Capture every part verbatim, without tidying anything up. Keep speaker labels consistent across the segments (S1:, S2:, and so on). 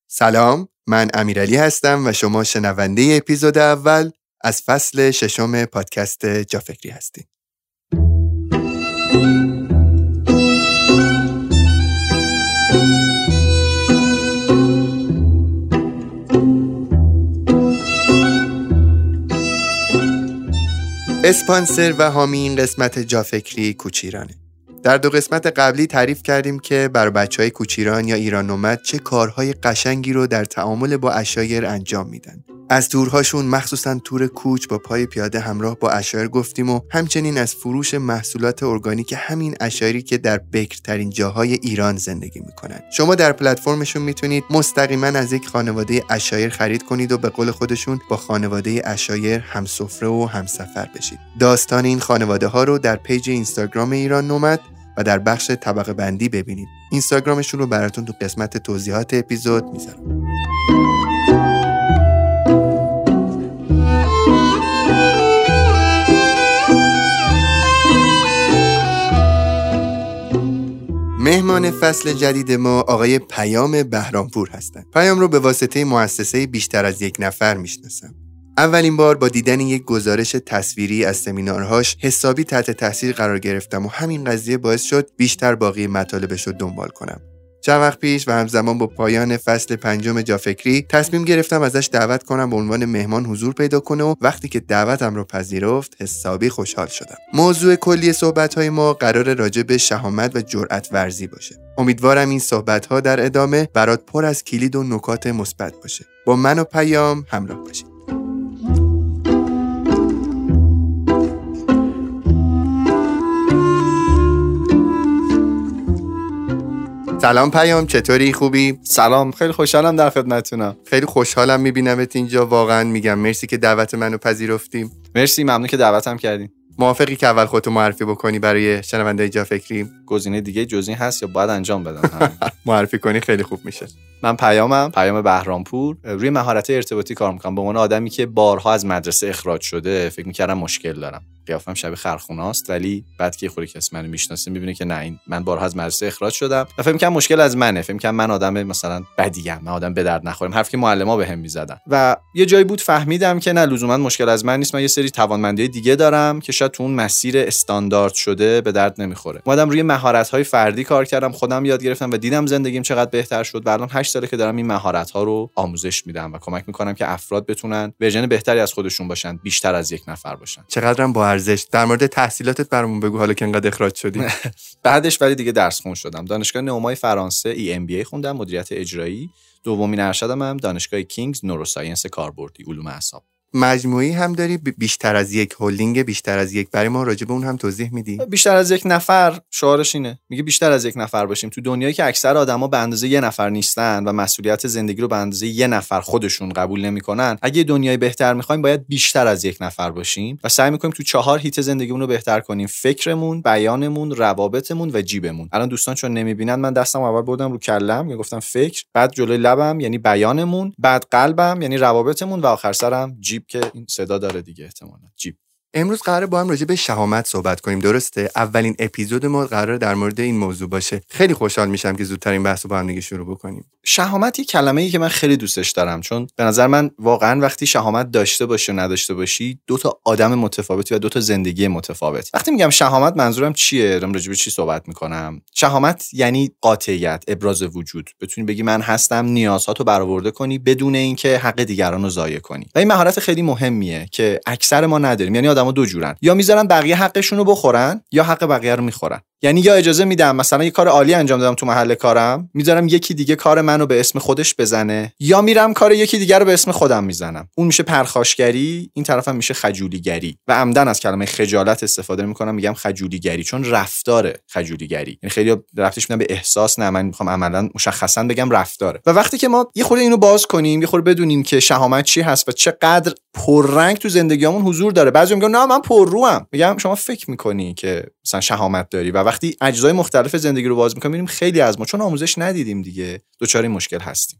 S1: سلام، من امیرعلی هستم و شما شنونده اپیزود اول از فصل ششم پادکست جافکری هستید. اسپانسر و حامی این قسمت جافکری کوچیرانه. در دو قسمت قبلی تعریف کردیم که بر بچهای کوچیران یا ایران نومد چه کارهای قشنگی رو در تعامل با عشایر انجام میدن. از تورهاشون، مخصوصا تور کوچ با پای پیاده همراه با عشایر گفتیم و همچنین از فروش محصولات ارگانیک همین عشایری که در بکرترین جاهای ایران زندگی میکنن. شما در پلتفرمشون میتونید مستقیما از یک خانواده عشایر خرید کنید و به قول خودشون با خانواده عشایر همسفره و همسفر بشید. داستان این خانواده ها رو در پیج اینستاگرام ایران نومد و در بخش طبقه بندی ببینید. اینستاگرامشون رو براتون تو قسمت توضیحات اپیزود میذارم. مهمان فصل جدید ما آقای پیام بهرامپور هستند. پیام رو به واسطه مؤسسه بیشتر از یک نفر میشناسم. اولین بار با دیدن یک گزارش تصویری از سمینارهاش حسابی تحت تاثیر قرار گرفتم و همین قضیه باعث شد بیشتر باقی مطالبش رو دنبال کنم. چند وقت پیش و همزمان با پایان فصل پنجم جافکری تصمیم گرفتم ازش دعوت کنم به عنوان مهمان حضور پیدا کنه و وقتی که دعوتم رو پذیرفت حسابی خوشحال شدم. موضوع کلی صحبت‌های ما قرار راجع به شهامت و جرأت ورزی باشه. امیدوارم این صحبت‌ها در ادامه برات پر از کلید و نکات مثبت باشه. با من و پیام همراه باشید. سلام پیام، چطوری؟ خوبی؟
S2: سلام، خیلی خوشحالم در خدمتتونم.
S1: خیلی خوشحالم میبینمت اینجا، واقعا میگم مرسی که دعوت منو پذیرفتیم.
S2: مرسی، ممنون که دعوتم کردین.
S1: موافقی که اول خودتو معرفی بکنی برای شنونده‌های جافکری؟
S2: گزینه دیگه جز این هست یا باید انجام بدم؟
S1: معرفی کنی خیلی خوب میشه.
S2: من پیامم، پیام بهرامپور. روی مهارت ارتباطی کار میکنم. به عنوان آدمی که بارها از مدرسه اخراج شده فکر میکردم مشکل دارم. قیافم شبیه خرخوناست، ولی بعد که خودی کس منو میشناسه میبینه که نه، این من بارها از مدرسه اخراج شدم و فکر میکنم مشکل از منه. فکر میکنم من آدم مثلا بدیم، من آدم به درد نخورم، حرفی که معلما بهم میزدن. و یه جایی بود فهمیدم که نه، لزوما مشکل از من نیست. من یه سری توانمندی دیگه دارم که شاید تو اون مسیر استاندارد شده به درد نمیخوره. اومدم روی مهارت‌های فردی کار کردم، خودم یاد گرفتم و دیدم زندگیم چقدر بهتر شد. الان هشت ساله که دارم این مهارت‌ها رو آموزش میدم و کمک میکنم که افراد بتونن ورژن بهتری از خودشون باشن، بیشتر از یک نفر باشن.
S1: چقدرم با ارزش. در مورد تحصیلاتت برامون بگو، حالا که انقدر اخراج شدی.
S2: بعدش ولی دیگه درس خون شدم. دانشگاه نئومای فرانسه ای ام بی ای خوندم، مدیریت اجرایی. دومین ارشدم هم دانشگاه کینگز نوروساینس کاربردی، علوم اعصاب.
S1: مجموعی هم داری؟ بیشتر از یک هلدینگ، بیشتر از یک، برای ما راجع به اون هم توضیح میدی؟
S2: بیشتر از یک نفر شعارش اینه، میگه بیشتر از یک نفر باشیم. تو دنیایی که اکثر آدما به اندازه یه نفر نیستن و مسئولیت زندگی رو به اندازه یه نفر خودشون قبول نمیکنن، اگه دنیای بهتر میخوایم باید بیشتر از یک نفر باشیم و سعی میکنیم تو چهار هیت زندگیمون رو بهتر کنیم: فکرمون، بیانمون، روابطمون و جیبمون. الان دوستان چون نمیبینن، من دستم اول بردم رو کلم، گفتم فکر، بعد جلوی لبم یعنی بیانمون، بعد قلبم یعنی روابطمون و آخر سرم جیب که این صدا داره دیگه احتمالاً جیب.
S1: امروز قراره با هم راجع به شهامت صحبت کنیم، درسته؟ اولین اپیزود ما قراره در مورد این موضوع باشه. خیلی خوشحال میشم که زودتر این بحثو با هم دیگه شروع بکنیم.
S2: شهامت یه کلمه‌ای که من خیلی دوستش دارم، چون به نظر من واقعا وقتی شهامت داشته باشی و نداشته باشی، دو تا آدم متفاوتی و دو تا زندگی متفاوت. وقتی میگم شهامت منظورم چیه؟ دارم راجع به چی صحبت میکنم؟ شهامت یعنی قاطعیت، ابراز وجود. بتونی بگی من هستم، نیازهاتو برآورده کنی بدون اینکه حق دیگران رو ضایع کنی. و این مهارت خیلی مهمیه که اکثر ما نداریم. یعنی آدما دو جورن، یا میذارن بقیه حقشون رو بخورن یا حق بقیه رو میخورن. یعنی یا اجازه میدم مثلا یه کار عالی انجام دادم تو محل کارم، میذارم یکی دیگه کار منو به اسم خودش بزنه، یا میرم کار یکی دیگه رو به اسم خودم میزنم. اون میشه پرخاشگری، این طرفم میشه خجولیگری. و عمدن از کلمه خجالت استفاده میکنم، میگم خجولیگری، چون رفتار خجولیگری. یعنی خیلی رفتش میدن به احساس، نه من میخوام عملا مشخصا بگم رفتاره. و وقتی که ما یه خورده اینو باز کنیم، یه خورده بدونیم که شهامت چی هست و چقدر پررنگ تو زندگیامون حضور داره. بعضی میگن نه من پرروام، میگم شما فکر میکنی که مثلا شهامت داری، و وقتی اجزای مختلف زندگی رو باز می‌کنیم می‌بینیم خیلی از ما چون آموزش ندیدیم دیگه، دوچار این مشکل هستیم.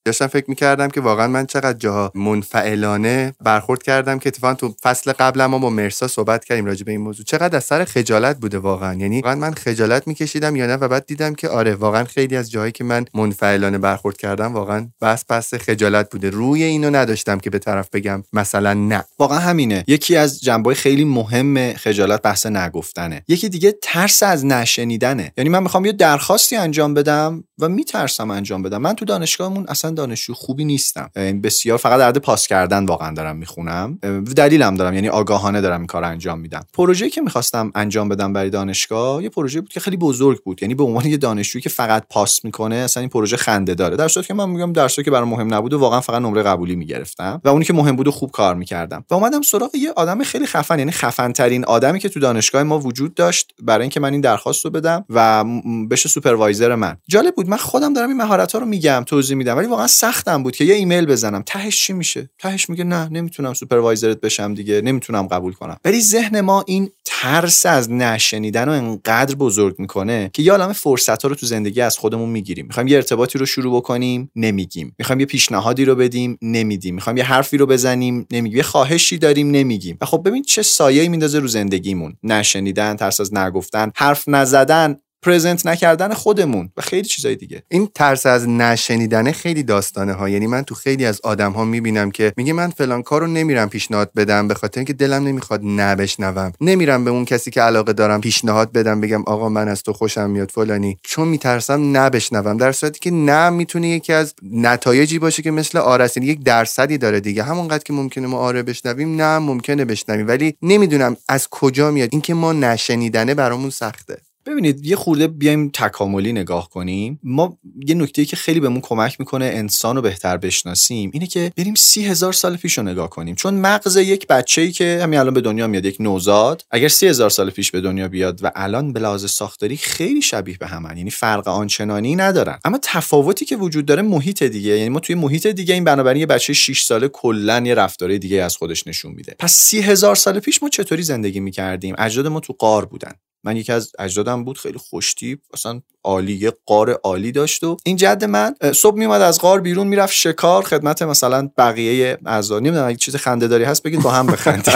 S1: داشتم فکر می‌کردم که واقعا من چقدر جاها منفعلانه برخورد کردم که اتفاقا تو فصل قبل ما با مرسا صحبت کردیم راجع به این موضوع، چقدر از سر خجالت بوده واقعا. یعنی واقعا من خجالت می‌کشیدم یا نه، و بعد دیدم که آره واقعا خیلی از جاهایی که من منفعلانه برخورد کردم واقعا بس بس خجالت بوده. روی اینو نداشتم که به طرف بگم مثلا نه.
S2: واقعا همینه. یکی از جنبه‌های خیلی مهم خجالت بحث نگفتنه. یکی دیگه ترس از نشنیدنه. یعنی من میخوام یه درخواستی انجام بدم و میترسم انجام بدم. من تو دانشگاهمون اصلا دانشجو خوبی نیستم، بسیار فقط در حد پاس کردن واقعا دارم میخونم، دلیلم دارم، یعنی آگاهانه دارم این کارو انجام میدم. پروژه‌ای که میخواستم انجام بدم برای دانشگاه یه پروژه بود که خیلی بزرگ بود، یعنی به عنوان یه دانشجویی که فقط پاس میکنه اصلا این پروژه خنده داره، در صورتی که من میگم درسایی که برام مهم نبود و واقعا فقط نمره قبولی میگرفتم و اونی که مهم بود خوب کار میکردم و اومدم سراغ یه آدم خیلی خفن، یعنی خفن ترین آدمی که تو دانشگاه ما وجود داشت برای اینکه من این درخواستو بدم و بشه سوپروایزر من. جالب بود، من خودم دارم این مهارت‌ها رو میگم، توضیح میدم، ولی واقعا سختم بود که یه ایمیل بزنم تهش چی میشه. تهش میگه نه نمیتونم سوپروایزرت بشم دیگه، نمیتونم قبول کنم. ولی ذهن ما این ترس از نشنیدن رو انقدر بزرگ میکنه که یه عالمه فرصت‌ها رو تو زندگی از خودمون میگیریم. میخوایم یه ارتباطی رو شروع بکنیم، نمیگیم. میخوایم یه پیشنهادی رو بدیم، نمیدیم. میخوایم یه حرفی رو بزنیم، نمیگیم. یه خواهشی داریم، نمیگیم. و خب ببین چه سایه‌ای میندازه رو زندگیمون. نشنیدن، ترس از نگفتن، حرف نزدن، پرزنت نکردن خودمون و خیلی چیزای دیگه.
S1: این ترس از نشنیدن خیلی داستانه ها. یعنی من تو خیلی از آدم ها میبینم که میگه من فلان کارو نمیرم پیشنهاد بدم به خاطر اینکه دلم نمیخواد نبشنوم، نمیرم به اون کسی که علاقه دارم پیشنهاد بدم بگم آقا من از تو خوشم میاد فلانی، چون میترسم نبشنوم. در صورتی که نه میتونه یکی از نتایجی باشه که مثل آرسین یک درصدی داره دیگه، همونقدر که ممکنه ما آره بشنویم نه ممکنه بشنویم، ولی نمیدونم از کجا میاد اینکه ما نشنیدنه برامون سخته.
S2: ببینید یه خورده بیایم تکاملی نگاه کنیم. ما یه نکته‌ای که خیلی بهمون کمک میکنه انسان رو بهتر بشناسیم اینه که بریم سی هزار سال پیش رو نگاه کنیم، چون مغز یک بچه‌ای که همین الان به دنیا میاد، یک نوزاد، اگر سی هزار سال پیش به دنیا بیاد و الان به لحاظ ساختاری خیلی شبیه به همن، یعنی فرق آنچنانی ندارن، اما تفاوتی که وجود داره محیط دیگه. یعنی ما توی محیط دیگه این بنابراین یه بچه شش ساله کلاً یه رفتاره دیگه از خودش نشون میده. پس سی هزار سال پیش ما چطوری زندگی میکردیم؟ اجداد ما تو غار بودن. من یکی از اجدادم بود خیلی خوشتیپ، اصلا عالی، یه غار عالی داشت و این جد من صبح میومد از غار بیرون میرفت شکار خدمت مثلا بقیه اعضا. نمیدونم اگه چیز خنده داری هست بگید با هم بخندیم.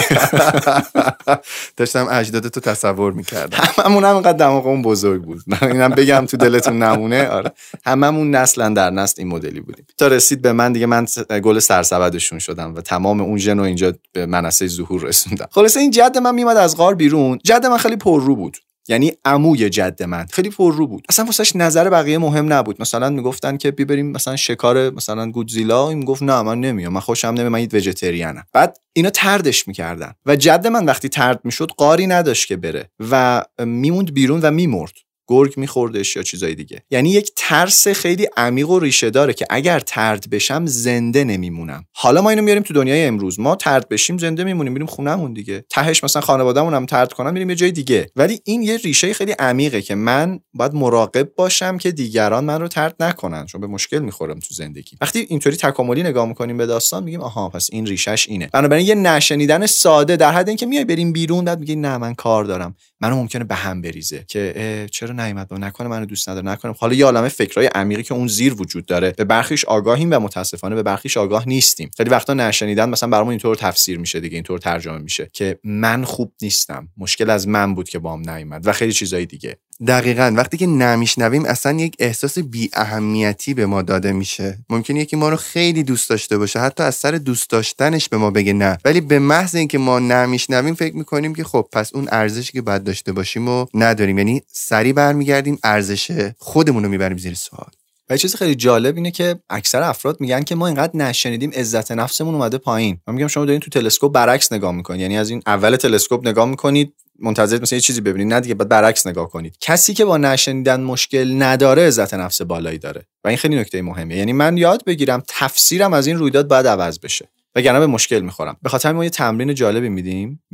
S1: داشتم اجدادتو تصور میکردم.
S2: هممون هم اینقدر دماغمون بزرگ بود، اینم بگم تو دلتون نمونه. آره هممون نسلا در نسل این مدلی بودیم تا رسید به من دیگه. من گل سرسبدشون شدم و تمام اون ژن رو اینجا به منصه ظهور رسوندم. خلاص این جد من میومد از غار بیرون. جد من خیلی پررو بود، یعنی عموی جد من خیلی پررو بود، اصلا واسش نظر بقیه مهم نبود. مثلا میگفتن که بریم مثلا شکار مثلا گودزیلا، این میگفت نه من نمیام، من خوشم نمیاد، من یه وجتریانم. بعد اینا طردش میکردن و جد من وقتی طرد میشد قاری نداشت که بره و میموند بیرون و میمرد، گرگ میخوردش یا چیزای دیگه. یعنی یک ترس خیلی عمیق و ریشه داره که اگر طرد بشم زنده نمیمونم. حالا ما اینو میاریم تو دنیای امروز، ما طرد بشیم زنده میمونیم، میریم خونمون دیگه، تهش مثلا خانواده‌مون هم طرد کنن میریم یه جای دیگه. ولی این یه ریشه خیلی عمیقه که من باید مراقب باشم که دیگران من رو طرد نکنن، چون به مشکل میخورم تو زندگی. وقتی اینطوری تکاملی نگاه میکنیم به داستان میگیم آها پس این ریشش اینه. بنابراین یه نشنیدن ساده در حد اینکه میای بریم بیرون بعد میگی نه من کار دارم، منو ممکنه به هم بریزه که چرا نیومد و نکنه منو دوست نداره نکنه. حالا یه عالمه فکرای عمیقی که اون زیر وجود داره، به برخیش آگاهیم و متاسفانه به برخیش آگاه نیستیم. خیلی وقتا نشنیدن مثلا برامون اینطور تفسیر میشه دیگه، اینطور ترجمه میشه که من خوب نیستم، مشکل از من بود که باام نیومد و خیلی چیزای دیگه.
S1: دقیقاً وقتی که نمیشنویم اصلا یک احساس بی اهمیتی به ما داده میشه. ممکنه یکی ما رو خیلی دوست داشته باشه، حتی از سر دوست داشتنش به ما بگه نه، ولی به محض اینکه ما نمیشنویم فکر میکنیم که خب پس اون ارزشی که باید داشته باشیم و نداریم، یعنی سری برمیگردیم ارزش خودمون رو میبریم زیر سوال.
S2: و یه چیز خیلی جالب اینه که اکثر افراد میگن که ما اینقدر نشنیدیم عزت نفسمون اومده پایین. من میگم شما دارین تو تلسکوپ برعکس نگاه میکنید، یعنی از این اول تلسکوپ نگاه میکنید منتظر مثلا یه چیزی ببینید، نه دیگه بعد برعکس نگاه کنید. کسی که با نشنیدن مشکل نداره عزت نفس بالایی داره و این خیلی نکته مهمه. یعنی من یاد بگیرم تفسیرم از این رویداد باید عوض بشه وگرنه به مشکل میخورم. به خاطر ما یه تمرین جالبی میدیم، میگیم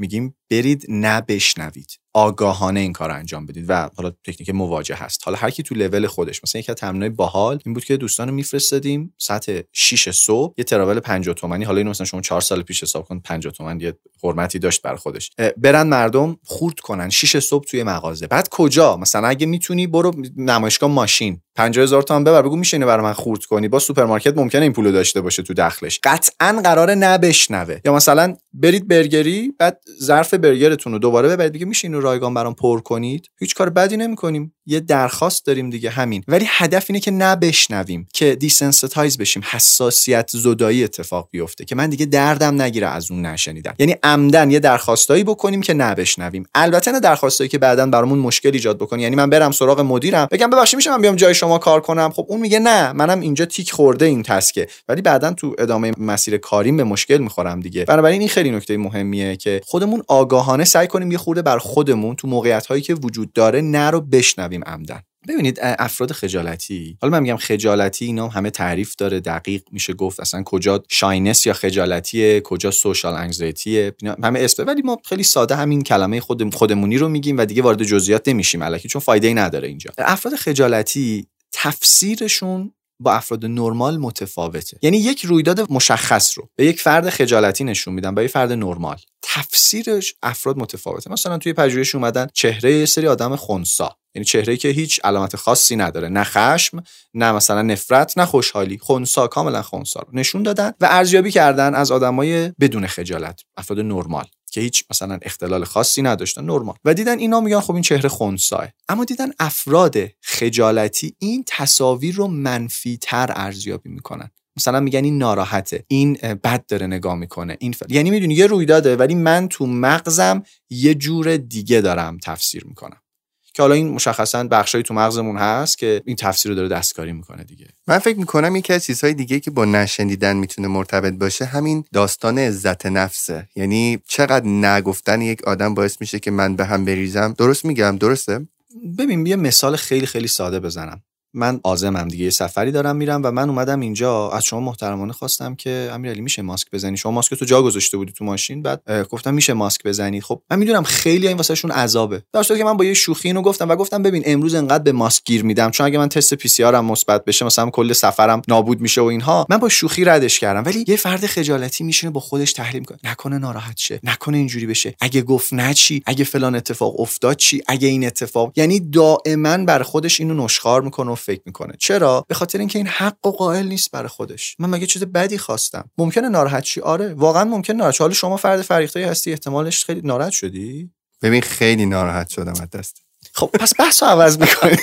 S2: برید نه بشنوید، آگاهانه این کار انجام بدید و حالا تکنیک مواجه هست. حالا هر کی تو لول خودش. مثلا یک از تمرینای باحال این بود که دوستانو میفرستادیم ساعت شش صبح یه تراول پنجاه تومانی، حالا اینو مثلا شما چهار سال پیش حساب کن، پنجاه تومن یه حرمتی داشت بر خودش، برن مردم خورد کنن شش صبح توی مغازه. بعد کجا؟ مثلا اگه میتونی برو نمایشگاه ماشین پنجاه هزار تومان ببر، بگو میشه اینو برای من خورد کنی. با سوپرمارکت ممکنه این پولو داشته باشه تو دخلش، قطعاً قراره نبشنوه. یا مثلا برید برگری، بعد ظرف برگرتون رو دوباره ببرید، بگید میشه اینو رایگان برام پر کنید. هیچ کار بدی نمی‌کنیم، یه درخواست داریم دیگه، همین. ولی هدف اینه که نبشنویم، که دیسنسیتایز بشیم، حساسیت زدایی اتفاق بیفته که من دیگه دردم نگیره از اون نشنیدن. یعنی عمدن یه درخواستایی بکنیم که نبشنویم. البته نه درخواستایی که بعداً برامون مشکل ایجاد بکنه. یعنی من برم سراغ مدیرم بگم ببخشید میشه من بیام جای شما کار کنم، خب اون میگه نه منم اینجا تیک خورده این تسکه، ولی بعداً تو ادامه مسیر کاریم به مشکل میخورم دیگه. بنابراین این خیلی نکته مهمیه که خودمون آگاهانه سعی کنیم یه خورده بر خودمون تو موقعیت‌هایی که وجود داره نه رو بشنویم عمدن. ببینید افراد خجالتی، حالا من میگم خجالتی، اینا همه تعریف داره، دقیق میشه گفت اصلا کجا شاینس یا خجالتیه، کجا سوشال انگزایتیه، همه اسم، ولی ما خیلی ساده همین کلمه خود خودمونی رو میگیم و دیگه وارد جزئیات نمیشیم الکی، چون فایده ای نداره اینجا. افراد خجالتی تفسیرشون با افراد نرمال متفاوته. یعنی یک رویداد مشخص رو به یک فرد خجالتی نشون میدن، با یک فرد نرمال تفسیرش افراد متفاوته. مثلا توی پژوهش اومدن چهره یه سری آدم خنثی، یعنی چهره‌ای که هیچ علامت خاصی نداره، نه خشم، نه مثلا نفرت، نه خوشحالی، خنثی، کاملا خنثی رو نشون دادن و ارزیابی کردن از آدمای بدون خجالت، افراد نرمال که هیچ مثلا اختلال خاصی نداشتن، نرمال، و دیدن اینا میگن خب این چهره خنثیه. اما دیدن افراد خجالتی این تصاویر رو منفی تر ارزیابی میکنن. مثلا میگن این ناراحته، این بد داره نگاه میکنه، این فر... یعنی میدونی یه رویداده ولی من تو مغزم یه جور دیگه دارم تفسیر میکنم، که حالا این مشخصاً بخشایی تو مغزمون هست که این تفسیر رو داره دستکاری میکنه دیگه.
S1: من فکر میکنم یکی از چیزهای دیگه که با نشنیدن میتونه مرتبط باشه همین داستان عزت نفسه. یعنی چقدر نگفتن یک آدم باعث میشه که من به هم بریزم. درست میگم؟ درسته؟
S2: ببین یه مثال خیلی خیلی ساده بزنم. من عازمم دیگه، یه سفری دارم میرم و من اومدم اینجا، از شما محترمانه خواستم که امیرعلی میشه ماسک بزنی. شما ماسک تو جا گذاشته بودی تو ماشین، بعد گفتم میشه ماسک بزنی. خب من میدونم خیلی این واسهشون عذابه، در صورتی که من با یه شوخی اینو گفتم و گفتم ببین امروز انقدر به ماسک گیر میدم چون اگه من تست پی سی آرم مثبت بشه مثلا کل سفرم نابود میشه و اینها، من با شوخی ردش کردم. ولی یه فرد خجالتی میشینه با خودش تحلیل میکنه، نکنه ناراحت شه، نکنه اینجوری بشه، اگه گفت نه چی، اگه فلان اتفاق افتاد چی، اگه این اتفاق، یعنی دائما بر خودش اینو نشخوار میکنه و فکر میکنه. چرا؟ به خاطر اینکه این حق و قائل نیست برای خودش. من مگه چیز بدی خواستم؟ ممکنه ناراحت شی، آره واقعا ممکنه ناراحت شی. حالا شما فرد فریخته‌ای هستی، احتمالش خیلی ناراحت شدی.
S1: ببین خیلی ناراحت شدم از دست.
S2: خب پس بحثو عوض می‌کنی.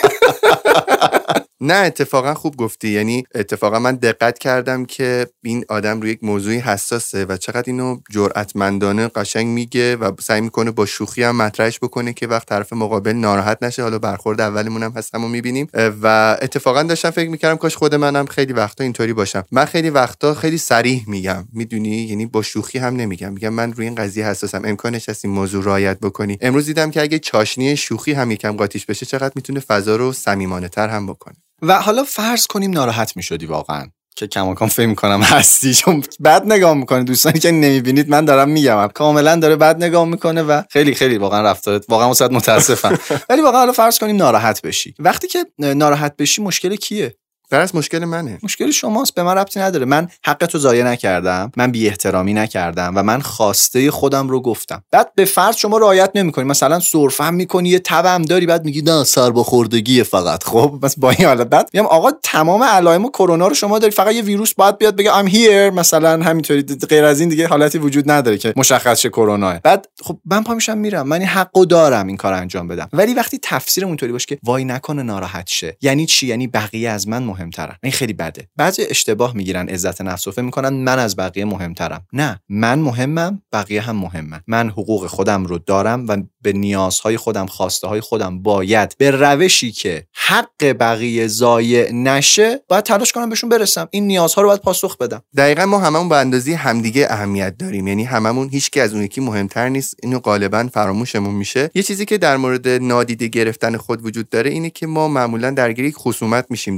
S1: نه اتفاقا خوب گفتی. یعنی اتفاقا من دقت کردم که این آدم روی یک موضوعی حساسه و چقدر اینو جرأتمندانه قشنگ میگه و سعی میکنه با شوخی هم مطرحش بکنه که وقت طرف مقابل ناراحت نشه. حالا برخورد اولمون هم هستم و میبینیم و اتفاقا داشتم فکر میکردم کاش خود منم خیلی وقتا اینطوری باشم. من خیلی وقتا خیلی صریح میگم، میدونی، یعنی با شوخی هم نمیگم، میگم من روی این قضیه حساسم، امکانش هست این موضوع رعایت بکنی. امروز دیدم که اگه چاشنی شوخی هم یکم قاطیش بشه چقدر میتونه فضا رو صمیمانه‌تر هم بکنه.
S2: و حالا فرض کنیم ناراحت میشدی واقعا، که کماکان فکر میکنم هستی، چون بد نگاه میکنه. دوستانی که نمیبینید من دارم میگم کاملا داره بد نگاه میکنه و خیلی خیلی واقعا رفتارت واقعا واسه متاسفم. ولی واقعا حالا فرض کنیم ناراحت بشی. وقتی که ناراحت بشی مشکل کیه؟
S1: درست مشکل منه.
S2: مشکل شماست، به من ربطی نداره. من حق تو ضایع نکردم، من بی احترامی نکردم و من خواسته خودم رو گفتم. بعد به فرض شما رعایت نمی‌کنی، مثلا سرفه می‌کنی، یه تبم داری، بعد میگی نه سربخوردگی فقط. خب بس با این حالت بعد میگم آقا تمام علائم کرونا رو شما داری، فقط یه ویروس باید بیاد بگه I'm here مثلا، همینطوری، غیر از این دیگه حالتی وجود نداره که مشخص شه کروناه. بعد خب من پا میشم میرم، من این حقو دارم این کارو انجام بدم. ولی وقتی تفسیرمون اونطوری باشه که وای نکنه ناراحت شه، یعنی چی؟ یعنی بقیه از من مهمترن. این خیلی بده. بعضی اشتباه میگیرن عزت نفس و فکر میکنن من از بقیه مهمترم. نه، من مهمم، بقیه هم مهمن. من حقوق خودم رو دارم و به نیازهای خودم، خواسته های خودم باید به روشی که حق بقیه ضایع نشه باید تلاش کنم بهشون برسم. این نیازها رو باید پاسخ بدم.
S1: دقیقاً ما هممون به اندازه همدیگه اهمیت داریم، یعنی هممون هیچکی از اون یکی مهمتر نیست. اینو غالباً فراموشمون میشه. یه چیزی که در مورد نادیده گرفتن خود وجود داره اینه که ما معمولاً درگیر یک خصومت میشیم دیگه. یعنی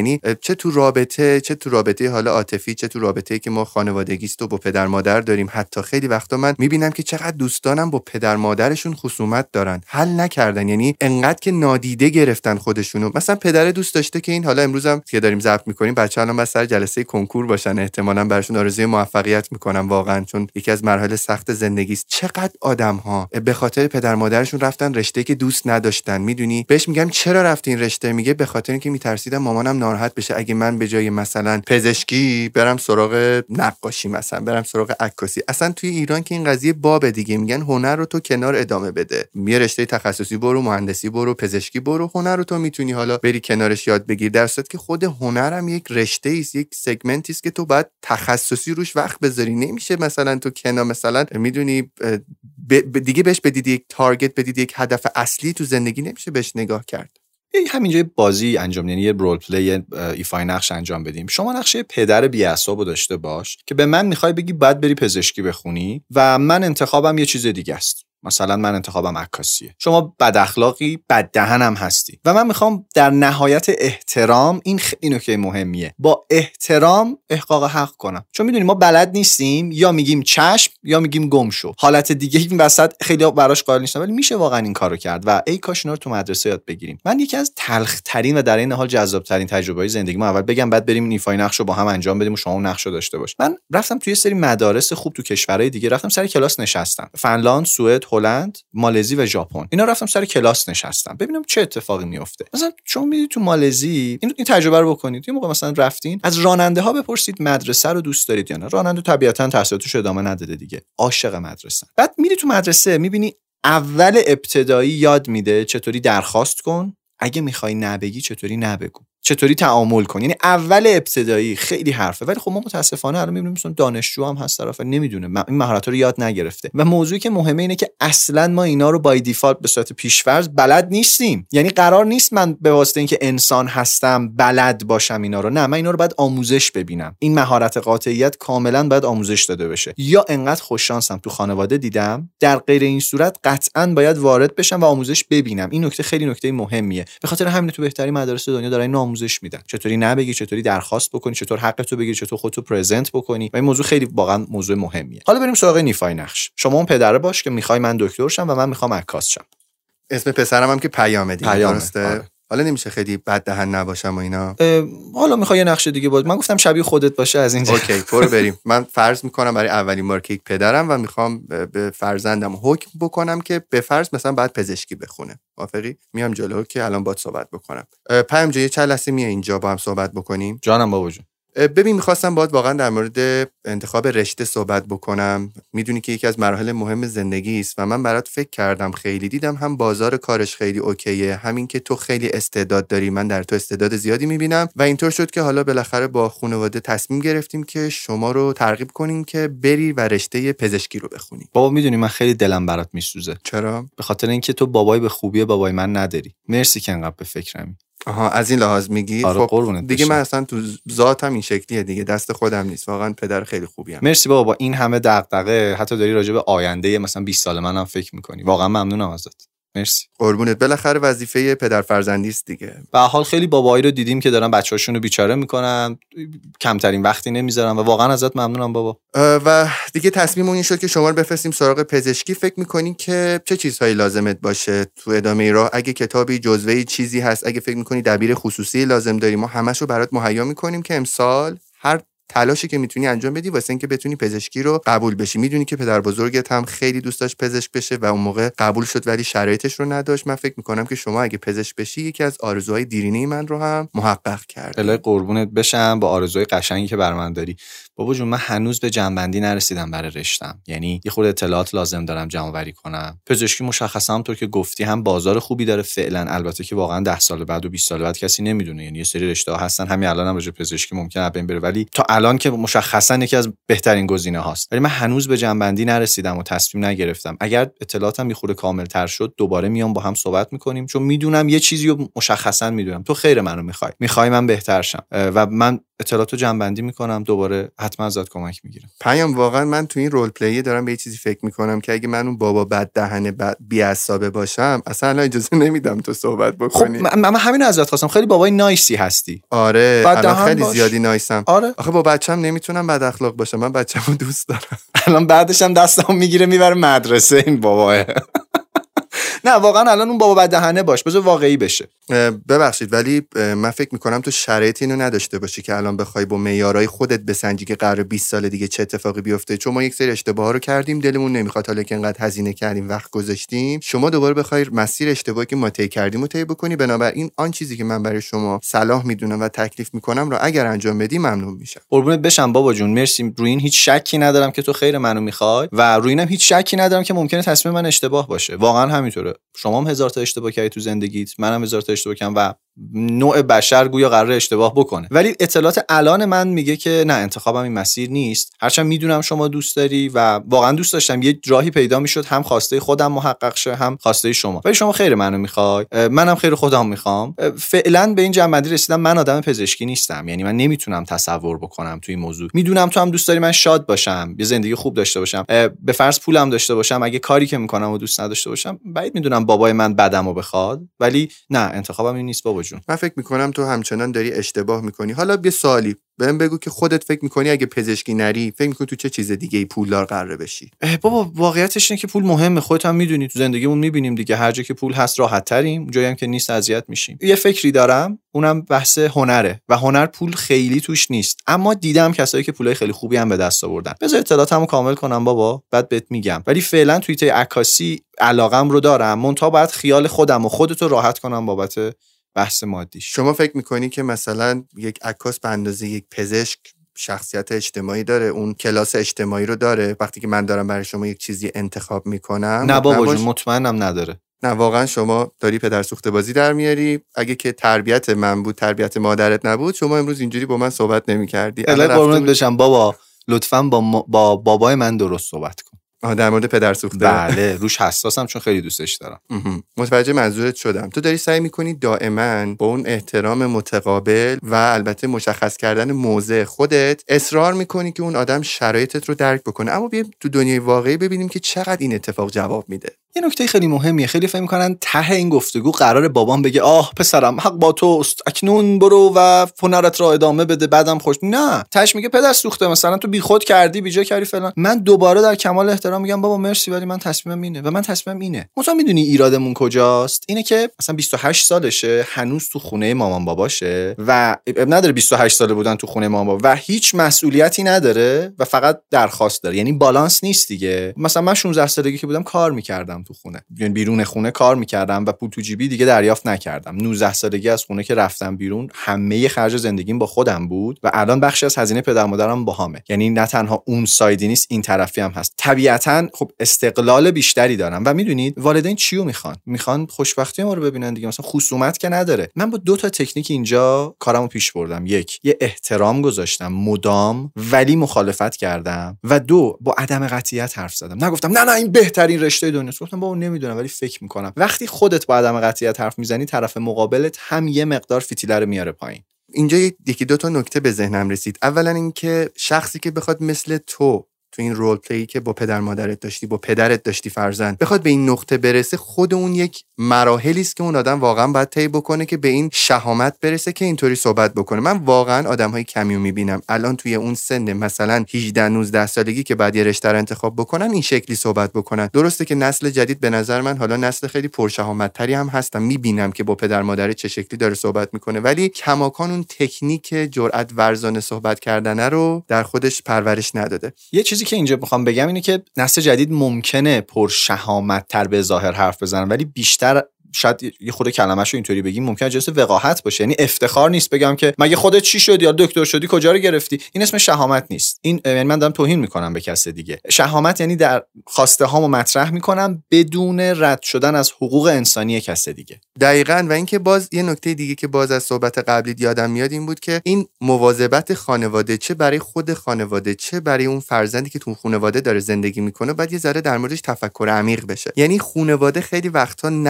S1: یعنی چه تو رابطه چه تو رابطه حالا عاطفی، چه تو رابطه‌ای که ما خانوادگی است و با پدر مادر داریم. حتی خیلی وقتا من میبینم که چقدر دوستانم با پدر مادرشون خصومت دارن، حل نکردن، یعنی انقدر که نادیده گرفتن خودشونو. مثلا پدر دوست داشته که این حالا امروزم که داریم ضبط میکنیم بچه‌ها الان بس سر جلسه کنکور باشن، احتمالاً براشون آرزوی موفقیت میکنم واقعا، چون یکی از مراحل سخت زندگی است. چقدر آدم‌ها به خاطر پدر مادرشون رفتن رشته‌ای که دوست نداشتن. میدونی بهش میگم چرا رفتی این رشته؟ میگه به خاطر اینکه میترسیدم مامانم ناراحت بشه اگه من به جای مثلا پزشکی برم سراغ نقاشی، مثلا برم سراغ عکاسی. اصلا توی ایران که این قضیه باب دیگه، میگن هنر رو تو کنار ادامه بده، یه رشته تخصصی برو، مهندسی برو، پزشکی برو، هنر رو تو میتونی حالا بری کنارش یاد بگیر. در صورتی که خود هنرم یک رشته است، یک سگمنتی است که تو باید تخصصی روش وقت بذاری. نمیشه مثلا تو کنار مثلا میدونی ب... دیگه بهش بدید یک تارگت، بدید یک هدف اصلی تو زندگی، نمیشه بهش نگاه کرد.
S2: همینجا بازی انجام، یعنی یه رول پلی، ایفای نقش انجام بدیم. شما نقشه پدر بی‌عصابو داشته باش که به من میخوای بگی باید بری پزشکی بخونی و من انتخابم یه چیز دیگه است. مثلا من انتخابم عکاسیه، شما بد اخلاقی، بد دهنم هستی و من میخوام در نهایت احترام، این خیلی نکته مهمیه، با احترام احقاق حق کنم. چون میدونی ما بلد نیستیم، یا میگیم چشم یا میگیم گم شو. حالت دیگه این وسط خیلی براش قائل نیستم، ولی میشه واقعا این کارو کرد و ای کاش اینا رو تو مدرسه یاد بگیریم. من یکی از تلخ ترین و در این حال جذاب ترین تجربه‌های زندگی ما اول بگم بعد بریم این ایفای نقشو با هم انجام بدیم و شما اون نقشو داشته باش. من رفتم توی سری مدارس خوب تو کشورهای دیگه، رفتم سر کلاس نشستم. فنلاند، سوئد، هلند، مالزی و ژاپن. اینا رفتم سر کلاس نشستم ببینم چه اتفاقی میفته. مثلا شما میرید تو مالزی این این تجربه رو بکنید. یه موقع مثلا رفتین از راننده ها بپرسید مدرسه رو دوست دارید یا نه. راننده طبیعتاً تحصیلاتش ادامه نداده دیگه، عاشق مدرسه. بعد میری تو مدرسه میبینی اول ابتدایی یاد میده چطوری درخواست کن، اگه میخوای نبگی چطوری نبگو، چطوری تعامل کن. یعنی اول ابتدایی خیلی حرفه، ولی خب ما متاسفانه الان میبینیم مثلا دانشجو هم هست طرف نمیدونه این مهارت‌ها رو یاد نگرفته. و موضوعی که مهمه اینه که اصلا ما اینا رو بای دیفالت به صورت پیش‌فرض بلد نیستیم. یعنی قرار نیست من به واسطه اینکه انسان هستم بلد باشم اینا رو، نه، من اینا رو باید آموزش ببینم. این مهارت قاطعیت کاملا باید آموزش داده بشه. یا انقدر خوش شانسم تو خانواده دیدم، در غیر این صورت قطعاً باید وارد بشم و آموزش ببینم. این نکته خیلی نکته مهمیه. به خاطر همین تو بهترین مدارس دنیا دارن آموزش میدن، چطوری نبگی، چطوری درخواست بکنی، چطور حقتو بگیری، چطور خودتو پرزنت بکنی. و این موضوع خیلی واقعا موضوع مهمیه. حالا بریم سراغ ایفای نقش. شما اون پدره باش که میخوای من دکتر شم و من میخوام عکاس شم.
S1: اسم پسرم هم که پیامه دیگه،
S2: پیامه.
S1: درسته؟
S2: آره.
S1: حالا نمیشه خیلی بد دهن نباشم و اینا.
S2: حالا میخوای یه نقشه دیگه بود، من گفتم شبیه خودت باشه از اینجا.
S1: اوکی برو بریم. من فرض میکنم برای اولین بار که یک پدرم و میخوام به فرزندم حکم بکنم که به فرض مثلا بعد پزشکی بخونه. موافقی؟ میام جلو که الان باهات صحبت بکنم. پیام جای چند لحظه میای اینجا با هم صحبت بکنیم؟
S2: جانم بابا جون.
S1: ببین میخواستم باهات واقعا در مورد انتخاب رشته صحبت بکنم. میدونی که یکی از مراحل مهم زندگی است و من برات فکر کردم، خیلی دیدم هم بازار کارش خیلی اوکیه، همین که تو خیلی استعداد داری، من در تو استعداد زیادی میبینم و اینطور شد که حالا بالاخره با خانواده تصمیم گرفتیم که شما رو ترغیب کنیم که بری و رشته پزشکی رو بخونی.
S2: بابا میدونی من خیلی دلم برات میسوزه.
S1: چرا؟
S2: به خاطر اینکه تو بابای به خوبی بابای من نداری. مرسی که انقدر به فکرمی.
S1: آها، از این لحاظ میگی؟
S2: آره
S1: خب دیگه من اصلا تو ذاتم این شکلیه دیگه، دست خودم نیست. واقعا پدر خیلی خوبی ام.
S2: مرسی بابا، با این همه دغدغه حتی داری راجع به آینده مثلا بیست سال منم فکر میکنی. واقعا ممنونم ازت. مرسی.
S1: قربونت. بالاخره وظیفه پدر فرزندی است دیگه.
S2: به حال خیلی بابایی رو دیدیم که دارن بچه‌هاشون رو بیچاره میکنن، کمترین وقتی نمیذارن و واقعا ازت ممنونم بابا.
S1: و دیگه تصمیممون این شد که شما رو بفرستیم سراغ پزشکی. فکر میکنین که چه چیزهایی لازمت باشه تو ادامه راه؟ اگه کتابی، جزوه‌ای، چیزی هست، اگه فکر میکنی دبیر خصوصی لازم داری، ما همشو برات مهیا میکنیم که امسال هر تلاشی که میتونی انجام بدی واسه اینکه بتونی پزشکی رو قبول بشی. میدونی که پدر بزرگت هم خیلی دوست داشت پزشک بشه و اون موقع قبول شد ولی شرایطش رو نداشت. من فکر میکنم که شما اگه پزشک بشی یکی از آرزوهای دیرینه من رو هم محقق کرد.
S2: الهی قربونت بشم با آرزوهای قشنگی که بر من داری. بابا جون من هنوز به جنبندی نرسیدم برای رشتم، یعنی یه خورده اطلاعات لازم دارم جمع آوری کنم. پزشکی مشخصا همونطور که گفتی هم بازار خوبی داره فعلا، البته که واقعا ده سال بعد و بیست سال بعد کسی نمیدونه. یعنی یه سری رشته‌ها هستن همین الانم هم راجع پزشکی ممکنه از بین بره، ولی تا الان که مشخصا یکی از بهترین گزینه هاست. ولی من هنوز به جنبندی نرسیدم و تصمیم نگرفتم. اگر اطلاعاتم یه خورده کامل‌تر شد دوباره میام با هم صحبت می‌کنیم، چون میدونم یه چیزی رو مشخصا میدونم. تو خیر منو می‌خوای، می‌خوای من بهتر شم و من اطلاعاتو جمع‌بندی میکنم، دوباره حتما ازت کمک میگیرم.
S1: پیام واقعا من تو این رول پلی دارم به یه چیزی فکر میکنم که اگه من اون بابا بد دهنه بی‌عصابه باشم اصلا الان اجازه نمیدم تو صحبت بکنی.
S2: خب من همین ازت خواستم، خیلی بابای نایسی هستی.
S1: آره الان خیلی باش. زیادی نایسم.
S2: آره
S1: آخه با بچه‌م نمیتونم بد اخلاق باشم، من بچه‌مو دوست دارم.
S2: الان بعدش هم دستم میگیره میبره مدرسه این باباه. نه واقعا الان اون بابا بد دهنه باش، بذار واقعی بشه.
S1: ببخشید ولی من فکر میکنم تو شرایط اینو نداشته باشی که الان بخوای با معیارهای خودت بسنجی که قراره بیست سال دیگه چه اتفاقی بیفته، چون ما یک سری اشتباها رو کردیم دلمون نمیخواد، حالا که انقدر هزینه کردیم وقت گذاشتیم شما دوباره بخوای مسیر اشتباهی که ما طی کردیم رو طی بکنی. بنابراین آن چیزی که من برای شما صلاح میدونم و تکلیف میکنم رو اگر انجام بدی ممنون میشم.
S2: قربونت بشم بابا جون، مرسی. روی این هیچ شکی ندارم که تو خیر منو میخوای و روی اینم هیچ شکی ندارم که ممکنه تصمیم من اشتباه باشه. واقعا همینطوره. شما هم هزار تا اشتباه کردی تو زندگیت، منم هزار تا اشتباه کردم و نوع بشر گویا قراره اشتباه بکنه، ولی اطلاعات الان من میگه که نه، انتخابم این مسیر نیست. هرچند میدونم شما دوست داری و واقعا دوست داشتم یه راهی پیدا میشد هم خواسته خودم محقق شه هم خواسته شما، ولی شما خیر منو میخوای، منم خیر خودم میخوام. فعلا به این جمع‌بندی رسیدم من آدم پزشکی نیستم، یعنی من نمیتونم تصور بکنم توی این موضوع. میدونم تو هم دوست داری من شاد باشم، یه زندگی خوب داشته باشم، به فرض پولم داشته باشم، اگه کاری که میکنم و دوست نداشته باشم بعید میدونم بابای من بدمو بخواد، ولی نه انتخابم این نیست بابا جون.
S1: من فکر میکنم تو همچنان داری اشتباه میکنی. حالا یه سوالی بهم بگو که خودت فکر میکنی اگه پزشکی نری فکر میکنی تو چه چیز دیگه ای پولدار قراره بشی؟
S2: بابا واقعیتش اینه که پول مهمه، خودت هم میدونی، تو زندگیمون میبینیم دیگه، هر جا که پول هست راحت تریم، جایی هم که نیست اذیت میشیم. یه فکری دارم اونم بحث هنره و هنر پول خیلی توش نیست، اما دیدم کسایی که پولای خیلی خوبی هم به دست آوردن. بذار اطلاعاتمو کامل کنم بابا بعد بهت میگم، ولی فعلا توی ته عکاسی علاقم رو دارم، منتها باید خیال خودم و خودتو راحت کنم بابت بحث مادی.
S1: شما فکر میکنی که مثلا یک عکاس به اندازه یک پزشک شخصیت اجتماعی داره، اون کلاس اجتماعی رو داره وقتی که من دارم برای شما یک چیزی انتخاب میکنم؟
S2: نه بابا جون مطمئنم نداره.
S1: نه واقعا شما داری پدر سوخته بازی در میاری. اگه که تربیت من بود، تربیت مادرت نبود، شما امروز اینجوری با من صحبت نمی‌کردی.
S2: الان قربونت بشم بابا، لطفاً با, ما... با بابای من درست صحبت کن.
S1: آها در مورد پدر سوخته؟
S2: بله روش حساسم چون خیلی دوستش دارم.
S1: متوجه منظورت شدم. تو داری سعی میکنی دائما با اون احترام متقابل و البته مشخص کردن موضع خودت اصرار میکنی که اون آدم شرایطت رو درک بکنه، اما بیا تو دنیای واقعی ببینیم که چقدر این اتفاق جواب میده.
S2: یه نکته خیلی مهمیه، خیلی فکر میکنن ته این گفتگو قراره بابام بگه آه پسرم حق با توست، اکنون برو و هنرت را ادامه بده بعدم خوش. نه، تهش میگه پدر سوخته مثلا تو بیخود کردی بیجا کردی فلان. من دوباره در کمال احترام میگم بابا مرسی ولی من تصمیمم اینه و من تصمیمم اینه. مثلا میدونی ایرادمون کجاست؟ اینه که مثلا بیست و هشت سالشه، هنوز تو خونه مامان باباشه و نداره بیست و هشت ساله بودن تو خونه مامان بابا و هیچ مسئولیتی نداره و فقط درخواست داره، یعنی بالانس نیست دیگه. مثلا من شانزده سالگی که بودم کار میکردم تو خونه، یعنی بیرون خونه کار میکردم و پول تو جیبی دیگه دریافت نکردم. نوزده سالگی از خونه که رفتم بیرون همه خرج زندگیم با خودم بود و الان بخشی از هزینه پدر مادرم باهامه، یعنی نه تنها اون سایدی نیست این طرفی هم هست. طبیعتاً خب استقلال بیشتری دارم و میدونید والدین چیو میخوان؟ میخوان خوشبختی ما رو ببینن دیگه، مثلا خصومت که نداره. من با دو تا تکنیک اینجا کارمو پیش بردم. یک، یه احترام گذاشتم مدام ولی مخالفت کردم و دو، با عدم قطعیت حرف زدم. نگفتم نه نه این بهترین رشته دنیاست، گفتم بابا نمیدونم ولی فکر میکنم. وقتی خودت با عدم قطعیت حرف میزنی طرف مقابلت هم یه مقدار فتیله رو میاره پایین.
S1: اینجا یکی دو تا نکته به ذهنم رسید. اولا اینکه شخصی که بخواد مثل تو تو این رول پلی که با پدر مادرت داشتی، با پدرت داشتی فرزند، بخواد به این نقطه برسه، خود اون یک مراحلی است که اون آدم واقعا باید طی بکنه که به این شهامت برسه که اینطوری صحبت بکنه. من واقعا آدم‌های کمیو میبینم الان توی اون سن مثلا هجده نوزده سالگی که بعد یه رشته رو انتخاب بکنن این شکلی صحبت بکنن. درسته که نسل جدید به نظر من حالا نسل خیلی پرشهامت‌تری هم هستن، میبینم که با پدر مادر چه شکلی داره صحبت میکنه، ولی کماکان اون تکنیک جرأت ورزانه صحبت کردن رو در خودش پرورش نداده.
S2: یه چیزی که اینجا میخوام بگم اینه که نسل جدید ممکنه پرشهامت‌تر به ظاهر حرف بزنن ولی بیشتر شاید یه خود کلمه‌شو اینطوری بگیم ممکنه جنس وقاحت باشه، یعنی افتخار نیست بگم که مگه خودت چی شدی یا دکتر شدی کجا رو گرفتی. این اسم شهامت نیست. این یعنی من دارم توهین میکنم به کس دیگه. شهامت یعنی در خواسته هامو مطرح میکنم بدون رد شدن از حقوق انسانی کس دیگه.
S1: دقیقاً. و اینکه باز یه نکته دیگه که باز از صحبت قبلی یادم میاد این بود که این مواظبت خانواده، چه برای خود خانواده چه برای اون فرزندی که تو خانواده داره زندگی میکنه، بعد یه ذره در موردش تفکر عمیق بشه. یعنی خانواده خیلی وقتا نیاد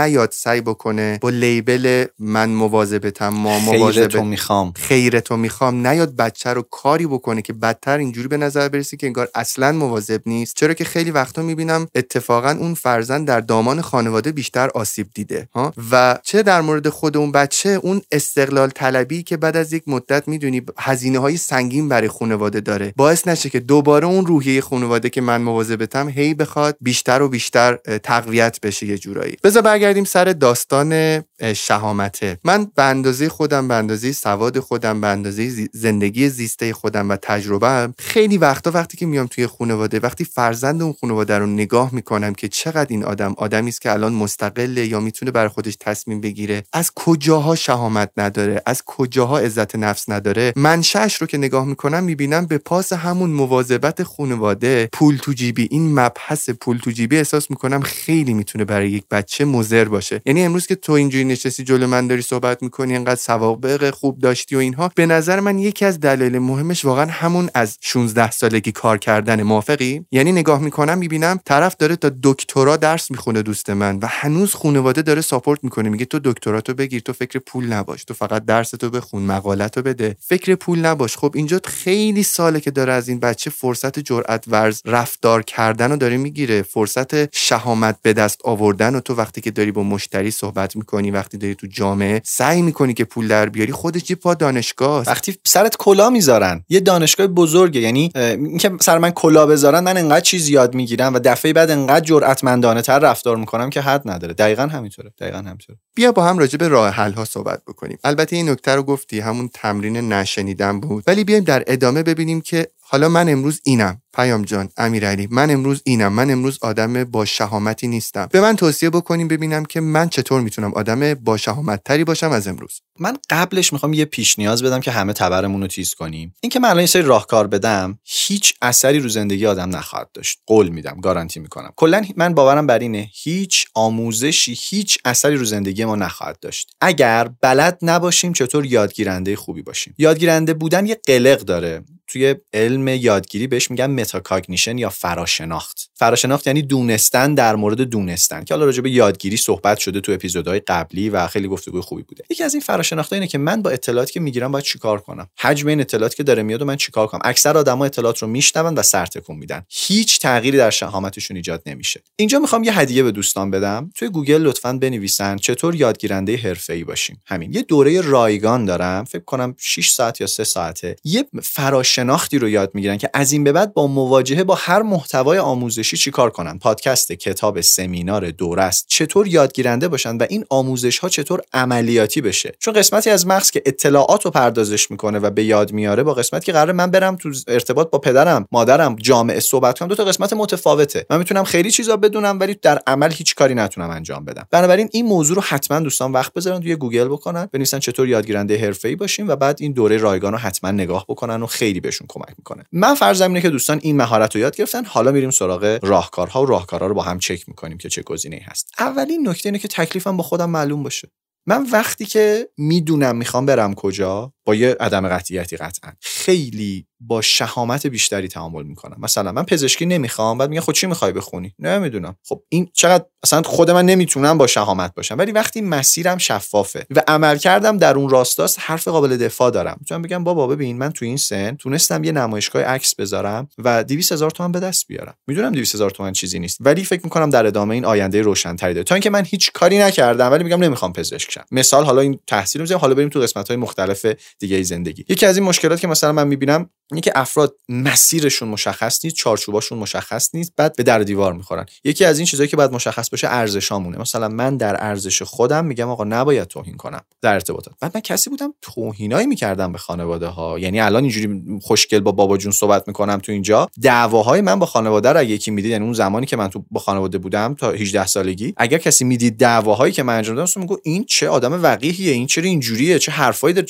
S1: سعی بکنه با لیبل من مواظبتم، ما
S2: مواظبت،
S1: مواظبت
S2: میخوام
S1: خیرتو میخوام، نیاد بچه رو کاری بکنه که بدتر اینجوری به نظر برسه که انگار اصلا مواظب نیست. چرا که خیلی وقتا میبینم اتفاقا اون فرزند در دامان خانواده بیشتر آسیب دیده ها. و چه در مورد خود اون بچه، اون استقلال طلبی که بعد از یک مدت میدونی هزینه های سنگین برای خانواده داره، باعث نشه که دوباره اون روحیه خانواده که من مواظبتم هی بخواد بیشتر و بیشتر تقویت بشه یه جورایی. بذار برگردیم سر داستان شهامته. من به اندازه خودم، به اندازه سواد خودم، به اندازه زندگی زیسته خودم و تجربه‌ام، خیلی وقتا وقتی که میام توی خانواده، وقتی فرزند اون خانواده رو نگاه میکنم که چقدر این آدم آدمی است که الان مستقله یا میتونه برای خودش تصمیم بگیره، از کجاها شهامت نداره، از کجاها عزت نفس نداره، منشأش رو که نگاه میکنم میبینم به پاس همون مواظبت خانواده، پول تو جیبی. این مبحث پول تو جیبی احساس میکنم خیلی میتونه برای یک بچه مضر باشه. یعنی امروز که تو اینجوری نشستی جلو من داری صحبت میکنی، اینقدر سوابق خوب داشتی و اینها، به نظر من یکی از دلایل مهمش واقعا همون از شانزده سالگی کار کردن. موافقی؟ یعنی نگاه میکنم میبینم طرف داره تا دکترا درس میخونه دوست من و هنوز خانواده داره ساپورت میکنه، میگه تو دکتراتو بگیر، تو فکر پول نباش، تو فقط درستو بخون، مقاله‌تو بده، فکر پول نباش. خب اینجا خیلی ساله که داره از این بچه فرصت جرأت ورز رفتار کردن رو داره میگیره، فرصت شهامت به دست آوردن. و تو وقتی که داری با مشتری صحبت میکنی، وقتی داری تو جامعه سعی میکنی که پول در بیاری، خودش یه پا دانشگاه،
S2: وقتی سرت کلا میذارن، یه دانشگاه بزرگه، یعنی اینکه سر من کلا بذارن من انقدر چیز یاد میگیرم و دفعه بعد انقدر جرأتمندانه تر رفتار میکنم که حد نداره. دقیقاً همینطوره، دقیقاً همینطوره.
S1: بیا با هم راجع به راه حل ها صحبت بکنیم. البته این نکته رو گفتی، همون تمرین نشنیدن بود، ولی بیایم در ادامه ببینیم که حالا من امروز اینم، پیام جان، امیرعلی، من امروز اینم، من امروز آدم با شهامتی نیستم. به من توصیه بکنیم ببینم که من چطور میتونم آدم با شهامت تری باشم از امروز.
S2: من قبلش میخوام یه پیش نیاز بدم که همه تبرمون رو تیز کنیم. این که من الان یه سری راهکار بدم هیچ اثری رو زندگی آدم نخواهد داشت. قول میدم، گارانتی میکنم. کلا من باورم بر اینه هیچ آموزشی هیچ اثری رو زندگی ما نخواهد داشت اگر بلد نباشیم چطور یادگیرنده خوبی باشیم. یادگیرنده بودن یه قلق داره. توی علم یادگیری بهش میگن متاکاگنیشن یا فراشناخت. فراشناخت یعنی دونستن در مورد دونستن، که حالا راجع به یادگیری صحبت شده تو اپیزودهای قبلی و خیلی گفتگوی خوبی بوده. یکی از این فراشناخت‌ها اینه که من با اطلاعاتی که میگیرم باید چیکار کنم. حجم این اطلاعاتی که داره میاد و من چیکار کنم. اکثر آدم‌ها اطلاعات رو میشنون و سر تکون میدن. هیچ تغییری در شهامتشون ایجاد نمیشه. اینجا میخوام یه هدیه به دوستان بدم. توی گوگل لطفاً بنویسن چطور یادگیرنده حرفه‌ای باشیم. همین. یه دوره رایگان دارم، فکر کنم شش ساعت یا سه ساعته. یه فراش شناختی رو یاد میگیرن که از این به بعد با مواجهه با هر محتوای آموزشی چیکار کنن. پادکست، کتاب، سمینار، دوره است، چطور یادگیرنده باشن و این آموزش ها چطور عملیاتی بشه. چون قسمتی از مغز که اطلاعات رو پردازش میکنه و به یاد میاره با قسمتی که قراره من برم تو ارتباط با پدرم، مادرم، جامعه صحبت کنم، دو تا قسمت متفاوته. من میتونم خیلی چیزا بدونم ولی در عمل هیچ کاری نتونم انجام بدم. بنابراین این موضوع رو حتما دوستان وقت بذارن توی گوگل بکنن، بنویسن چطور یادگیرنده حرفه‌ای باشیم و بعد این دوره رایگان رو حتما نگاه بکنن و خیلی بهشون کمک میکنه. من فرضم اینه که دوستان این مهارت رو یاد گرفتن، حالا میریم سراغ راهکارها و راهکارها رو با هم چک میکنیم که چه گزینه‌ای هست. اولین نکته اینه که تکلیفم با خودم معلوم باشه. من وقتی که میدونم میخوام برم کجا، با یه عدم قطعیتی قطعا خیلی با شهامت بیشتری تعامل میکنم. مثلا من پزشکی نمیخوام، بعد میگه خود چی میخوای بخونی؟ نمیدونم. خب این چقدر اصلا خود من نمیتونم با شهامت باشم، ولی وقتی مسیرم شفافه و عمل کردم در اون راستاست، حرف قابل دفاع دارم. میتونم بگم بابا ببین من تو این سن تونستم یه نمایشگاه عکس بذارم و دویست هزار تومان به دست بیارم. میدونم دویست هزار تومان چیزی نیست، ولی فکر میکنم در ادامه این آینده روشن‌تری داره. تا اینکه من هیچ کاری نکردم ولی میگم نمیخوام پزشک شم. مثال حالا این تحصیل میذارم، حالا بریم تو قسمت‌های مختلف دیگه زندگی. یکی از این مشکلات که مثلا من میبینم اینه که افراد مسیرشون مشخص نیست، چارچوباشون مشخص نیست، بعد به در دیوار میخورن. یکی از این چیزایی که باید مشخص باشه ارزشامونه. مثلا من در ارزش خودم میگم آقا نباید توهین کنم در ارتباطات. بعد من کسی بودم توهینایی میکردم به خانواده ها، یعنی الان اینجوری خوشگل با بابا جون صحبت میکنم تو اینجا، دعواهای من با خانواده رو یکی میدید، یعنی اون زمانی که من تو با خانواده بودم تا هجده سالگی، اگر کسی میدید دعواهایی که من انجام دادم، میگه این چه آدم وقیحیه، این چرا اینجوریه، چه حرفایی داره، چه جوری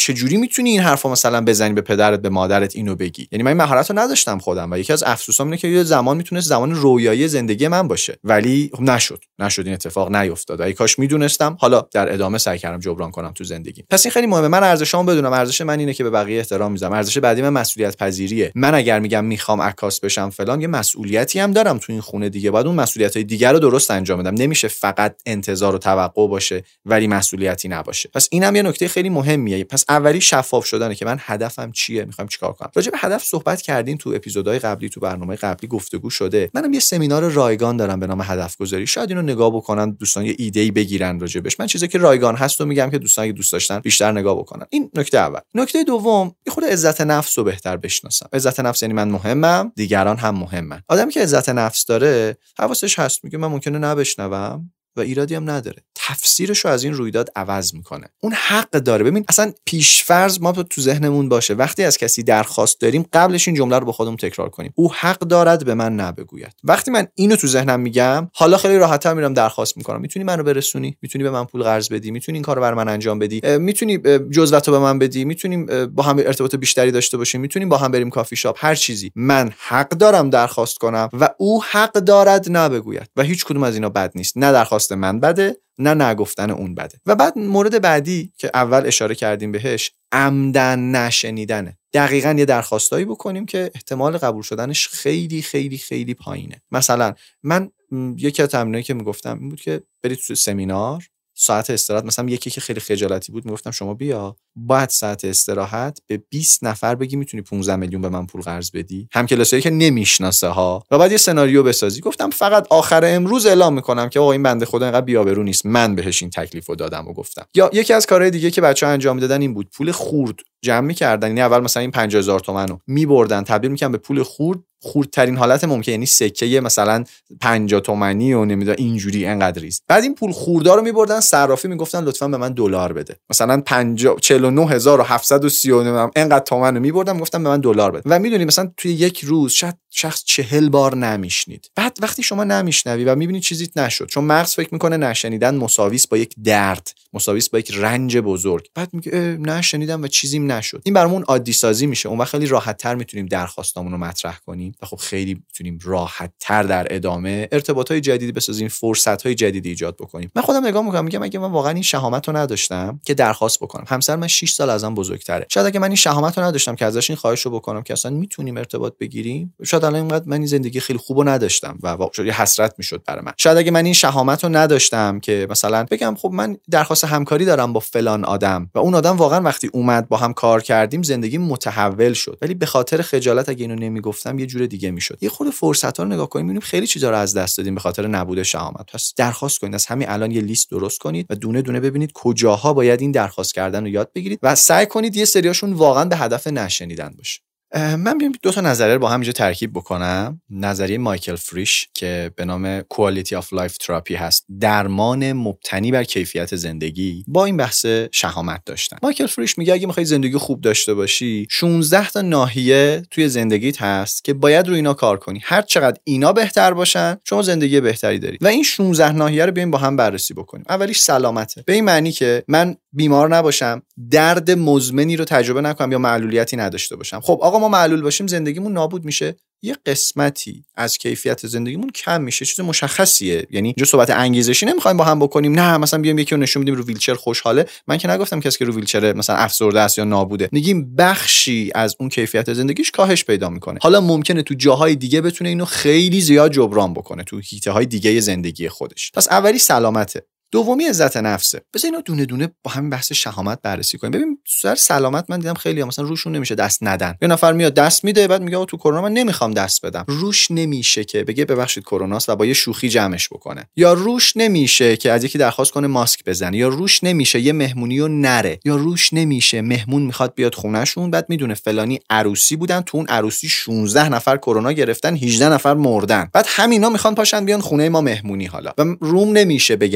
S2: نمیتونی این حرفا مثلا بزنی به پدرت به مادرت اینو بگی. یعنی من این مهارت رو نداشتم خودم و یکی از افسوسام اینه که یه زمان میتونست زمان رویایی زندگی من باشه ولی خب نشد نشد این اتفاق نیفتاد. ای کاش میدونستم، حالا در ادامه سعی کردم جبران کنم تو زندگی. پس این خیلی مهمه من ارزشامو بدونم. ارزش من اینه که به بقیه احترام میذارم. ارزش بعدی من مسئولیت پذیریه. من اگر میگم میخوام عکاس بشم فلان، یه مسئولیتی هم دارم تو این خونه دیگه، باید اون مسئولیت‌های دیگر رو درست انجام بدم. نمیشه فقط انتظار و توقع باشه ولی مسئولیتی نباشه. پس اینم یه نکته خیلی مهمیه. پس اولی شفاف شدنه که من هدفم چیه، میخوام چیکار کنم. راجع به هدف صحبت کردیم تو اپیزودهای قبلی، تو برنامه قبلی گفتگو شده. منم یه سمینار رایگان دارم به نام هدف گذاری. شاید اینو نگاه بکنن دوستان، یه ایده‌ای بگیرن راجع بهش. من چیزی که رایگان هست رو میگم که دوستان اگه دوست داشتن بیشتر نگاه بکنن. این نکته اول. نکته دوم، یه خود عزت نفس رو بهتر بشناسم. عزت نفس یعنی من مهمم، دیگران هم مهمن. آدمی که عزت نفس داره حواسش هست، میگه من ممکنه نبشنوم و ایرادی هم نداره. تفسیرش رو از این رویداد عوض میکنه. اون حق داره. ببین اصلا پیشفرض ما تو ذهنمون باشه وقتی از کسی درخواست داریم قبلش این جمله رو با خودمون تکرار کنیم: او حق دارد به من نبگوید. وقتی من اینو تو ذهنم میگم، حالا خیلی راحت‌تر میرم درخواست میکنم: میتونی منو برسونی؟ میتونی به من پول قرض بدی؟ میتونی این کارو برای من انجام بدی؟ میتونی جزوه‌تو به من بدی؟ میتونیم با هم ارتباط بیشتری داشته باشیم؟ میتونیم با هم بریم کافی شاپ؟ هر چیزی. من حق دارم درخواست کنم و او حق دارد نبگوید. و هیچ کدوم از اینا بد نیست. نه درخواست من بده، نه نگفتن اون بده. و بعد مورد بعدی که اول اشاره کردیم بهش، عمدن نشنیدنه. دقیقاً یه درخواستایی بکنیم که احتمال قبول شدنش خیلی خیلی خیلی پایینه. مثلا من یکی از تمرینایی که میگفتم این بود که برید تو سمینار، ساعت استراحت مثلا یکی که خیلی خجالتی بود میگفتم شما بیا بعد ساعت استراحت به بیست نفر بگی میتونی پانزده میلیون به من پول قرض بدی، هم کلاسایی که نمیشناسه ها، و بعد یه سناریو بسازی. گفتم فقط آخر امروز اعلام میکنم که آقا این بنده خدا اینقدر بی‌آبرو نیست، من بهش این تکلیفو دادم و گفتم. یا یکی از کارهای دیگه که بچه‌ها انجام میدادن این بود، پول خورد جمع می‌کردن. یعنی اول مثلا این پنجاه هزار تومانو می‌بردن تبدیل می‌کردن به پول خورد، خوردترین حالت ممکن، یعنی سکه مثلا پنجاه تومانی و نمیدونم اینجوری انقدر ریز. بعد این پول خوردا رو می‌بردن صرافی میگفتن لطفاً به من دلار بده، مثلا پنجاه چهل و نه هزار و هفتصد و سی و نه انقدر تومن رو می‌بردن میگفتن به من دلار بده. و میدونی مثلا توی یک روز شاید شخص چهل بار نمیشنید. بعد وقتی شما نمیشنوی و می‌بینی چیزیت نشد، چون مغز فکر می‌کنه نشنیدن مساوی است با یک درد، مساوی است با یک رنج بزرگ. بعد میگه نشنیدم و چیزیم نشد. این برامون عادی سازی میشه. اون وقت خیلی راحت‌تر میتونیم درخواستامون رو مطرح کنیم و خب خیلی میتونیم راحت‌تر در ادامه ارتباطات جدیدی بسازیم، فرصت‌های جدیدی ایجاد بکنیم. من خودم نگاه میکنم میگم اگه من واقعا این شهامت رو نداشتم که درخواست بکنم، همسر من شش سال ازم بزرگتره، شاید اگه من این شهامت رو نداشتم که ازش این خواهش رو بکنم که اصلا میتونیم ارتباط بگیریم، شاید الان اینقدر من این زندگی خیلی خوبو نداشتم و واقعا یه حسرت میشد برای من. شاید اگه من این شهامت رو نداشتم که مثلا بگم خب من درخواست همکاری دارم با فلان آدم و اون آدم واقعا وقتی اومد با هم کار کردیم زندگی متحول شد، ولی به خاطر خجالت اگه اینو نمیگفتم یه جور دیگه میشد. یه خود فرصت‌ها رو نگاه کنیم میبینیم خیلی چیزا رو از دست دادیم به خاطر نبود شهامت. پس درخواست کنید، از همین الان یه لیست درست کنید و دونه دونه ببینید کجاها باید این درخواست کردن رو یاد بگیرید و سعی کنید یه سریاشون واقعا به هدف نشنیدن باشه. من بیام دو تا نظریه رو با هم اینجا ترکیب بکنم. نظریه مایکل فریش که به نام Quality of Life Therapy هست، درمان مبتنی بر کیفیت زندگی، با این بحث شهامت داشتن. مایکل فریش میگه اگه میخوای زندگی خوب داشته باشی شانزده تا ناحیه توی زندگیت هست که باید رو اینا کار کنی. هر چقدر اینا بهتر باشن شما زندگی بهتری داری و این شانزده ناحیه رو بیایم با هم بررسی بکنیم. اولیش سلامته، به این معنی که من بیمار نباشم، درد مزمنی رو تجربه نکنم یا معلولیتی نداشته باشم. خب آقا ما معلول باشیم زندگیمون نابود میشه، یه قسمتی از کیفیت زندگیمون کم میشه، چیز مشخصیه. یعنی اینجا صحبت انگیزشی نمیخوایم با هم بکنیم، نه مثلا بیام یکی رو نشون بدیم رو ویلچر خوشحاله. من که نگفتم کسی که رو ویلچر مثلا افسرده است یا نابوده، میگیم بخشی از اون کیفیت زندگیش کاهش پیدا میکنه. حالا ممکنه تو جاهای دیگه بتونه اینو خیلی زیاد جبران بکنه تو حیطه های دیگه زندگی خودش. پس اولی سلامته، دومی عزت نفسه. بذار اینو دونه دونه با همین بحث شهامت بررسی کنیم. ببین سر سلامت من دیدم خیلی مثلا روشون نمیشه دست ندن. یه نفر میاد دست میده بعد میگه تو کرونا من نمیخوام دست بدم. روش نمیشه که بگه ببخشید کروناست و با یه شوخی جمعش بکنه، یا روش نمیشه که از یکی درخواست کنه ماسک بزنه، یا روش نمیشه یه مهمونی رو نره، یا روش نمیشه مهمون میخواد بیاد خونهشون بعد میدونه فلانی عروسی بودن تو اون عروسی شانزده نفر کرونا گرفتن هجده نفر مردن، بعد همینا میخوان پاشن بیان خونه ما مهمونی. حالا و روم نمیشه بگم نه.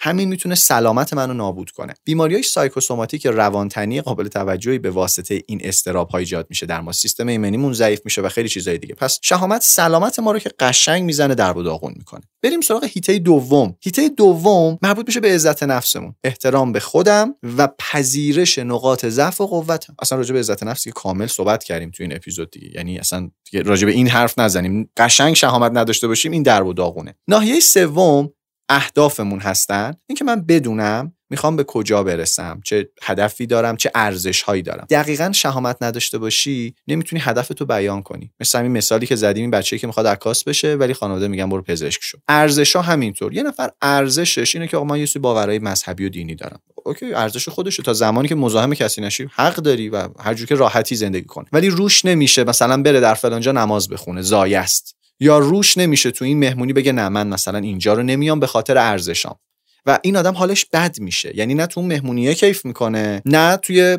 S2: همین میتونه سلامت منو نابود کنه. بیماریهای سایکوسوماتیک روانتنی قابل توجهی به واسطه این اضطراب‌ها ایجاد میشه در ما، سیستم ایمنیمون ضعیف میشه و خیلی چیزای دیگه. پس شهامت سلامت ما رو که قشنگ میزنه در و داغون میکنه. بریم سراغ هیته دوم. هیته دوم مربوط میشه به عزت نفسمون، احترام به خودم و پذیرش نقاط ضعف و قوتم. اصلا راجع به عزت نفس که کامل صحبت کردیم تو این اپیزود دیگه، یعنی اصلا دیگه راجع به این حرف نزنیم. قشنگ شهامت نداشته باشیم این در و داغونه. ناحیه سوم اهدافمون هستن، این که من بدونم میخوام به کجا برسم، چه هدفی دارم، چه ارزش‌هایی دارم. دقیقاً شهامت نداشته باشی نمیتونی هدفتو بیان کنی. مثلا این مثالی که زدیم، این بچه‌ای که میخواد عکاس بشه ولی خانواده میگن برو پزشک شو. ارزش‌ها همینطور. یه نفر ارزشش اینه که آقا من یه سری باورهای مذهبی و دینی دارم. اوکی، ارزش خودشه، تا زمانی که مزاحم کسی نشی حق داری و هر جور که راحتی زندگی کن. ولی روش نمیشه مثلا بره در فلان جا نماز بخونه، زایه است. یا روش نمیشه تو این مهمونی بگه نه من مثلا اینجا رو نمیام به خاطر ارزشام. و این آدم حالش بد میشه، یعنی نه تو اون مهمونیه کیف میکنه، نه توی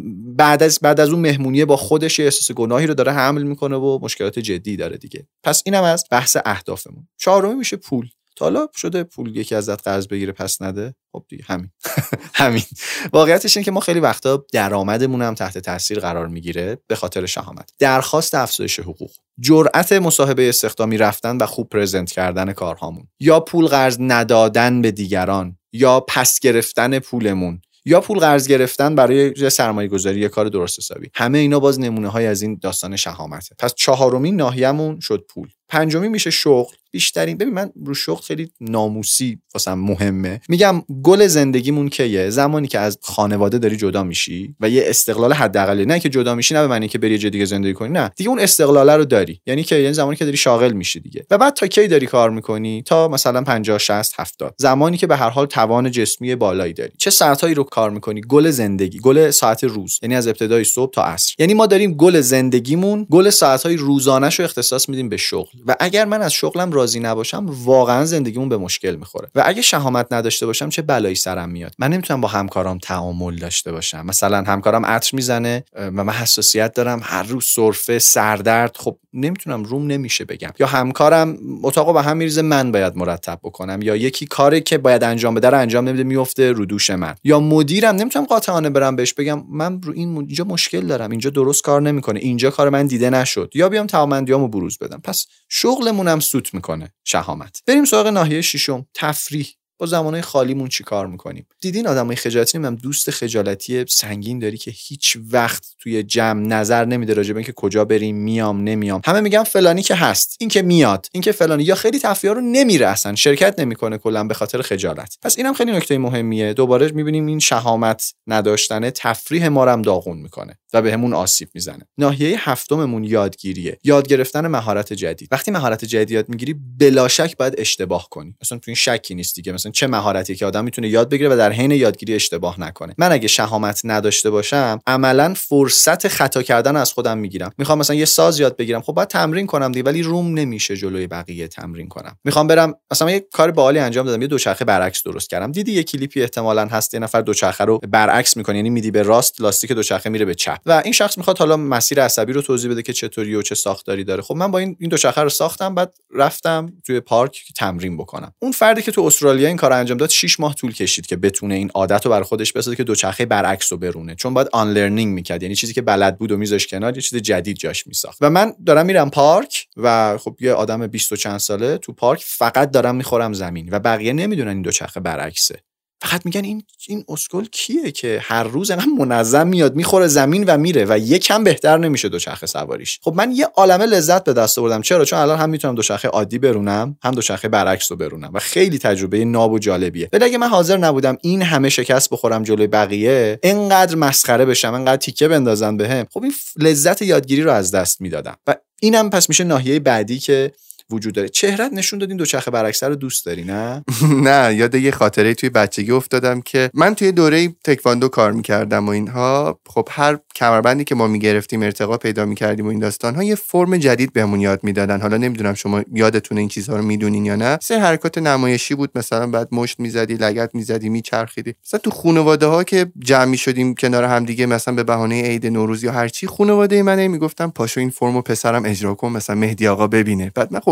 S2: بعد از بعد از اون مهمونیه با خودش احساس گناهی رو داره حمل میکنه و مشکلات جدی داره دیگه. پس اینم از بحث اهدافمون. چهارمی میشه پول. تا حالا شده پول یکی ازت قرض بگیره پس نده؟ خب دیگه همین همین واقعیتش اینه که ما خیلی وقتا درآمدمون هم تحت تاثیر قرار میگیره به خاطر شهامت. درخواست افزایش حقوق، جرأت مصاحبه استخدامی رفتن و خوب پرزنت کردن کارهامون، یا پول قرض ندادن به دیگران، یا پس گرفتن پولمون، یا پول قرض گرفتن برای سرمایه گذاری یا کار درست حسابی. همه اینا باز نمونه های از این داستان شهامته. پس چهارمین ناحیه‌مون شد پول. پنجمی میشه شغل. بیشترین ببین من رو شغل خیلی ناموسی واسم مهمه. میگم گل زندگیمون کیه؟ زمانی که از خانواده داری جدا میشی و یه استقلال حداقلی، نه که جدا میشی نه به معنی که بری جای دیگه زندگی کنی، نه دیگه اون استقلاله رو داری. یعنی که یعنی زمانی که داری شاغل میشی دیگه. و بعد تا کی داری کار میکنی؟ تا مثلا پنجاه شصت هفتاد. زمانی که به هر حال توان جسمی بالایی داری. چه ساعتایی رو کار میکنی؟ گل زندگی، گل ساعت روز، یعنی از ابتدای صبح تا عصر. یعنی ما داریم گل زندگیمون، گل ساعت‌های روزانه‌شو اختصاص میدیم به شغل. و اگر من از شغلم راضی نباشم واقعا زندگیمون به مشکل میخوره. و اگه شهامت نداشته باشم چه بلایی سرم میاد. من نمیتونم با همکارام تعامل داشته باشم. مثلا همکارام عطر میزنه و من حساسیت دارم، هر روز سرفه، سردرد، خب نمیتونم، روم نمیشه بگم. یا همکارم اتاقو به هم میریزه من باید مرتب بکنم، یا یکی کاری که باید انجام بده رو انجام نمیده میفته رو دوش من. یا مدیرم نمیتونم قاطعانه برم بهش بگم من رو این اینجا مشکل دارم، اینجا درست کار نمیکنه، اینجا کار من دیده نشد، یا بیام توانمندیامو بروز بدم. پس شغلمونم سوت میکنه شهامت. بریم سراغ ناحیه ششم، تفریح. با زمانهای خالیمون چی کار میکنیم؟ دیدین آدمای خجالتی، من دوست خجالتی سنگین داری که هیچ وقت توی جمع نظر نمیده راجع به اینکه کجا بریم، میام نمیام. همه میگم فلانی که هست، این که میاد، این که فلانی، یا خیلی تفریحا رو نمیره اصلا، شرکت نمیکنه کلا به خاطر خجالت. پس اینم خیلی نکته مهمیه. دوباره میبینیم این شهامت نداشتن تفریح ما رو هم داغون میکنه و بهمون آسیب میزنه. ناحیه هفتممون یادگیریه، یاد گرفتن مهارت جدید. وقتی مهارت جدید یاد میگیری بلا شک باید اشتباه کنی، اصلا تو این شکی نیست دیگه. مثلا چه مهارتی که آدم میتونه یاد بگیره و در حین یادگیری اشتباه نکنه. من اگه شهامت نداشته باشم عملاً فرصت خطا کردن از خودم میگیرم. میخوام مثلا یه ساز یاد بگیرم، خب باید تمرین کنم دیگه، ولی روم نمیشه جلوی بقیه تمرین کنم. میخوام برم مثلا یه کار باحالی انجام دادم، یه دوچرخه برعکس درست کردم. دیدی یه کلیپی احتمالاً هست یه نفر دوچرخه رو برعکس میکنه، یعنی میدی به راست، لاستیک دوچرخه میره به چپ و این شخص میخواد حالا مسیر عصبی رو توضیح بده که چطوری و چه ساختاری داره. خب من با این این دوچرخه رو ساختم، بعد رفتم توی پارک تمرین بکنم. اون فردی که تو استرالیا این کارو انجام داد شش ماه طول کشید که بتونه این عادت رو برای خودش بسازه که دوچرخه برعکس رو برونه، چون باید آن لرنینگ میکرد، یعنی چیزی که بلد بود و میذاش کنار، یه چیز جدید جاش میساخت. و من دارم میرم پارک و خب یه آدم بیست و چند ساله تو پارک فقط دارم میخورم زمین و بقیه نمیدونن این دوچرخه برعکسه. فقط میگن این این اسکول کیه که هر روز انقدر منظم میاد میخوره زمین و میره و یکم بهتر نمیشه دوچرخه سواریش. خب من یه عالمه لذت به دست آوردم. چرا؟ چون الان هم میتونم دوچرخه عادی برونم، هم دوچرخه برعکس رو برونم و خیلی تجربه ناب و جالبیه. ولی اگه من حاضر نبودم این همه شکست بخورم جلوی بقیه، اینقدر مسخره بشم، اینقدر تیکه بندازن بهم، خب این لذت یادگیری رو از دست میدادم. و اینم پس میشه ناحیه بعدی که وجود داره. چهرت نشون دادین دوچرخه برعکس رو دوست داری نه؟
S1: نه، یاد یه خاطره توی بچگی افتادم که من توی دوره تکواندو کار میکردم و اینها. خب هر کمربندی که ما میگرفتیم ارتقا پیدا میکردیم و این داستان ها، یه فرم جدید بهمون یاد میدادن. حالا نمیدونم شما یادتونه این چیزها رو میدونین یا نه. سه حرکات نمایشی بود، مثلا بعد مشت میزدی، لگد میزدی، میچرخیدی. مثلا تو خانواده ها که جمع میشدیم کنار هم دیگه، مثلا به بهانه عید نوروز یا هر چی، خانواده من میگفتم پاشو این فرمو پسرم اجرا کن، مثلا مهدی آقا ببینه. بعد من خب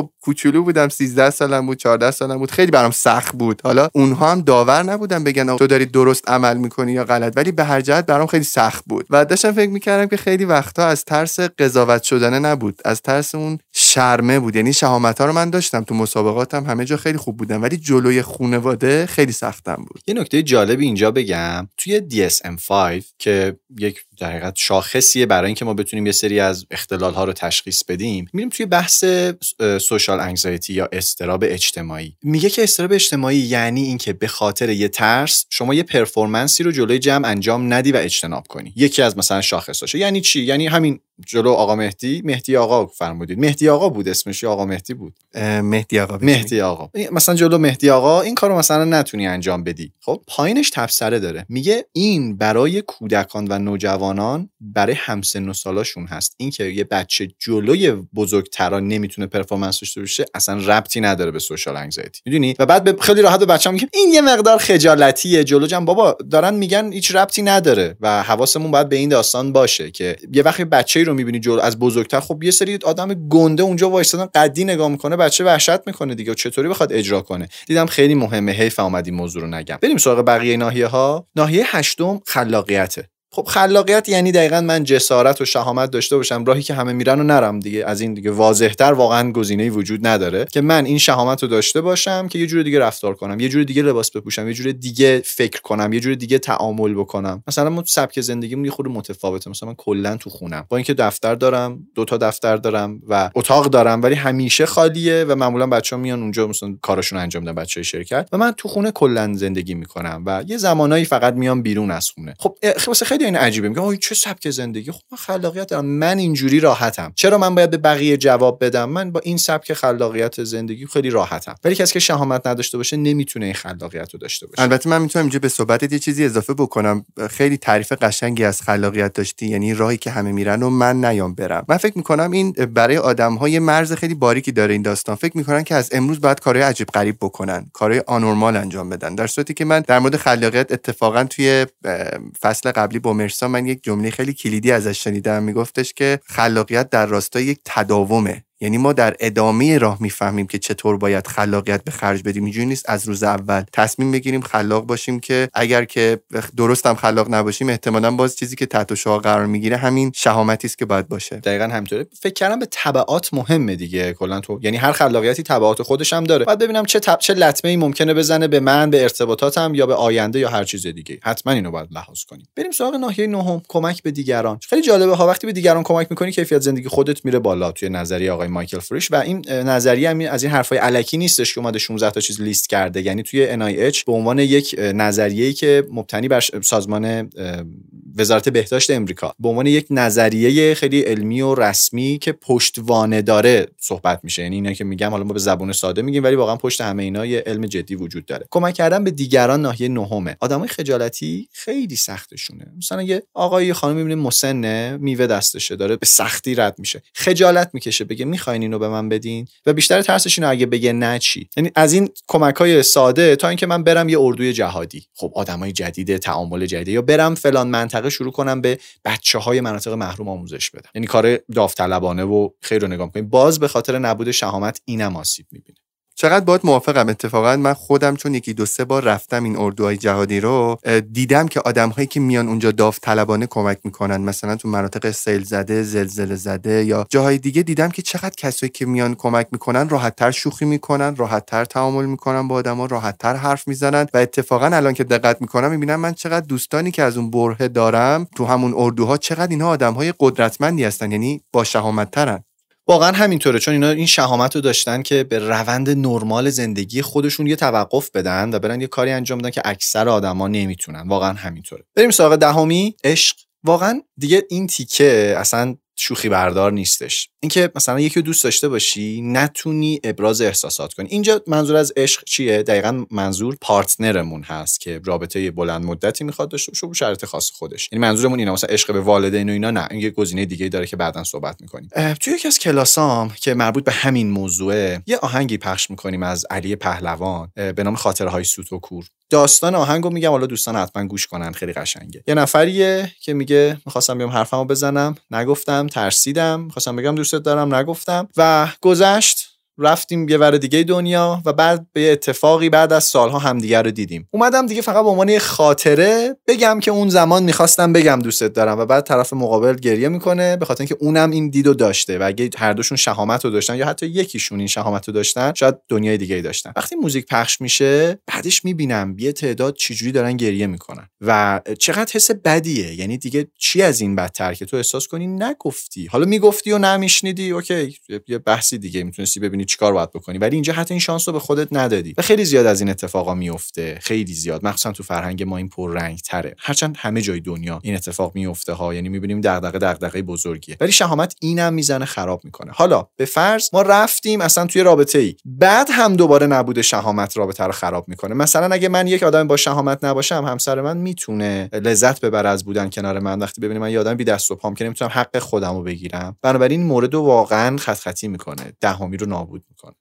S1: خب کوچولو بودم، سیزده سالم بود، چهارده سالم بود، خیلی برام سخت بود. حالا اونها هم داور نبودن بگن تو داری درست عمل میکنی یا غلط، ولی به هر جهت برام خیلی سخت بود و داشتم فکر میکردم که خیلی وقتا از ترس قضاوت شدن نبود، از ترس اون شرمه بود. یعنی شهامت‌ها رو من داشتم تو مسابقاتم همه جا خیلی خوب بودم، ولی جلوی خانواده خیلی سختم بود.
S2: یه نکته جالبی اینجا بگم، توی دی اس ام پنج که یک در حقیقت شاخصیه برای اینکه ما بتونیم یه سری از اختلال‌ها رو تشخیص بدیم، میریم توی بحث سوشال انگزایتی یا اضطراب اجتماعی. میگه که اضطراب اجتماعی یعنی اینکه به خاطر یه ترس شما یه پرفورمنسی رو جلوی جمع انجام ندی و اجتناب کنی. یکی از مثلا شاخصاشه. یعنی چی؟ یعنی همین جلو آقا مهدی مهدی آقا فرمودید، مهدی آقا بود اسمش یا آقا مهدی بود؟
S1: مهدی آقا.
S2: مهدی آقا. مثلا جلو مهدی آقا این کارو مثلا نتونی انجام بدی. خب پایینش تبصره داره، میگه این برای کودکان و نوجوانان، برای همسن و سالاشون هست. این که یه بچه جلوی بزرگترا نمیتونه پرفورمنس داشته باشه اصلا ربطی نداره به سوشال انگزایتی، میدونی؟ و بعد به خیلی راحت به بچه‌ها میگه این یه مقدار خجالتیه جلو جمع. بابا دارن میگن هیچ ربطی نداره و حواسمون باید به این داستان باشه که یه وقتی بچه‌ای رو میبینی جلو از بزرگتر، خب یه سری آدم گنده اونجا وایسادن قدی نگاه میکنه، بچه وحشت میکنه دیگه، چطوری بخواد اجرا کنه. دیدم خیلی مهمه، حیف اومد این موضوع رو نگم. بریم سراغ بقیه ناحیه‌ها. ناحیه هشتم خلاقیته. خب خلاقیت یعنی دقیقاً من جسارت و شهامت داشته باشم، راهی که همه میرن و نرم دیگه. از این دیگه واضح‌تر واقعاً گزینه‌ای وجود نداره که من این شهامت رو داشته باشم که یه جور دیگه رفتار کنم، یه جور دیگه لباس بپوشم، یه جور دیگه فکر کنم، یه جور دیگه تعامل بکنم. مثلا من سبک زندگیمون یه خورده متفاوته. مثلا من کلاً تو خونم با اینکه دفتر دارم، دو تا دفتر دارم و اتاق دارم، ولی همیشه خالیه و معمولاً بچه‌ها میان اونجا مثلا کاراشون انجام میدن، بچه‌های شرکت، و من تو خونه کلاً زندگی میکنم و یه زمانایی فقط میام بیرون از خونه. خب واسه خیلی این عجیبه، میگم چه سبک زندگی. خب من خلاقیت دارم، من اینجوری راحتم، چرا من باید به بقیه جواب بدم؟ من با این سبک خلاقیت زندگی خیلی راحتم. ولی کسی که شهامت نداشته باشه نمیتونه این خلاقیت رو داشته باشه.
S1: البته من میتونم اینجا به صحبتت یه چیزی اضافه بکنم. خیلی تعریف قشنگی از خلاقیت داشتی، یعنی راهی که همه میرن و من نیام برم. من فکر میکنم این برای آدم‌های مرز خیلی باریکی داره این داستان. فکر میکنن که از امروز باید کارهای عجیب غریب بکنن، کارهای آنورمال انجام بدن، در صورتی که من در مورد خلاقیت اتفاقا توی فصل قبلی با مرسا من یک جمله خیلی کلیدی ازش شنیدم، میگفتش که خلاقیت در راستای یک تداومه. یعنی ما در ادامه راه میفهمیم که چطور باید خلاقیت به خرج بدیم. اینجوری نیست از روز اول تصمیم بگیریم خلاق باشیم که اگر که درست هم خلاق نباشیم احتمالاً باز چیزی که تحت شعاع قرار میگیره همین شهامتی است که باید باشه.
S2: دقیقاً همینطوره. فکر کردم به تبعات مهمه دیگه کلا تو، یعنی هر خلاقیتی تبعات خودش هم داره. بعد ببینم چه تب... چه لطمه‌ای ممکنه بزنه به من، به ارتباطاتم یا به آینده یا هر چیز دیگه. حتما اینو باید لحاظ کنیم. بریم سراغ ناحیه نهم، کمک به دیگران. خیلی جالبه ها، وقتی به دیگران کمک می‌کنی کیفیت زندگی خودت میره بالا توی نظریه آقای مایکل فریش. و این نظریه هم از این حرفای الکی نیستش که اومده شانزده تا چیز لیست کرده. یعنی توی ان آی اچ به عنوان یک نظریه‌ای که مبتنی بر سازمان وزارت بهداشت امریکا به عنوان یک نظریه خیلی علمی و رسمی که پشتوانه داره صحبت میشه. یعنی اینا که میگم حالا ما به زبون ساده میگیم ولی واقعا پشت همه اینا یه علم جدی وجود داره. کمک کردن به دیگران ناحیه نهمه. آدمای خجالتی خیلی سختشونه. مثلا یه آقای خانم میبینیم مسنه، میوه دستشه، داره به سختی رد میشه، خجالت میکشه بگه میخواین اینو به من بدین، و بیشتر ترسش اینه اگه بگه نه چی. یعنی از این کمک‌های ساده تا اینکه من برم یه اردوی جهادی، خب آدمای جدید، تعامل جدید، یا برم فلان منطقه شروع کنم به بچه‌های مناطق محروم آموزش بدم. یعنی کار داوطلبانه و خیر رو نگاه می‌کنیم، باز به خاطر نبود شهامت اینم آسیب می‌بینه.
S1: چقدر باهات موافقم. اتفاقا من خودم چون یکی دو سه بار رفتم این اردوهای جهادی رو، دیدم که آدم‌هایی که میان اونجا داوطلبانه کمک میکنن، مثلا تو مناطق سیل زده، زلزله زده یا جاهای دیگه، دیدم که چقدر کسایی که میان کمک میکنن راحت‌تر شوخی میکنن، راحت‌تر تعامل میکنن با آدما، راحت‌تر حرف میزنن. و اتفاقا الان که دقت میکنم میبینم من چقدر دوستانی که از اون برهه دارم تو همون اردوها، چقدر اینها آدم‌های قدرتمندی هستن، یعنی با شهامت‌ترن.
S2: واقعا همینطوره، چون اینا این شهامت رو داشتن که به روند نرمال زندگی خودشون یه توقف بدن و برن یه کاری انجام بدن که اکثر آدما نمیتونن. واقعا همینطوره. بریم سراغ دهمی، عشق. واقعا دیگه این تیکه اصلا شوخی بردار نیستش. اینکه مثلا یکی رو دوست داشته باشی نتونی ابراز احساسات کنی. اینجا منظور از عشق چیه؟ دقیقاً منظور پارتنرمون هست که رابطه بلند مدتی میخواد داشته باشه با شرایط خاص خودش. یعنی منظورمون اینه، مثلا عشق به والدین و اینا نه، این یه گزینه دیگه داره که بعداً صحبت میکنیم. توی یکی از کلاسام که مربوط به همین موضوعه یه آهنگی پخش میکنیم از علی پهلوان به نام خاطره های سوت و کور. داستان آهنگو میگم، حالا دوستان حتما گوش کنن، خیلی قشنگه. یه نفریه که میگه میخواستم بیام حرفمو بزنم، نگفتم، ترسیدم، میخواستم بگم دوستت دارم، نگفتم و گذشت رفتیم یه ور دیگه دنیا و بعد به اتفاقی بعد از سالها همدیگه رو دیدیم. اومدم دیگه فقط به عنوان خاطره بگم که اون زمان می‌خواستم بگم دوستت دارم و بعد طرف مقابل گریه میکنه به خاطر اینکه اونم این دیدو داشته و اگه هر دوشون شهامت رو داشتن یا حتی یکیشون این شهامت رو داشتن شاید دنیای دیگه‌ای داشتن. وقتی موزیک پخش میشه بعدش میبینم یه تعداد چجوری دارن گریه میکنن و چقدر حس بدیه. یعنی دیگه چی از این بدتر که تو احساس کنی نگفتی، حالا میگفتی و نمیشنیدی اوکی یه بحثی دیگه، میتونستی ببینی چیکار باید بکنی، ولی اینجا حتی این شانس رو به خودت ندادی. و خیلی زیاد از این اتفاقا میفته، خیلی زیاد، مخصوصا تو فرهنگ ما این پررنگ تره، هرچند همه جای دنیا این اتفاق میفته ها. یعنی میبینیم دغدغه دغدغه بزرگیه، ولی شهامت اینم میزنه خراب میکنه. حالا به فرض ما رفتیم اصلا توی رابطه ای، بعد هم دوباره نبود شهامت رابطه رو خراب میکنه. مثلا اگه من یک آدم با شهامت نباشم، همسر من میتونه لذت ببره از بودن کنار من وقتی ببینه من یه آدم بی دست و پام که نمیتونم حق خودمو بگیرم. بنابراین مورد رو واقعا خط خطی میکنه، دهمی رو نابود میکنه.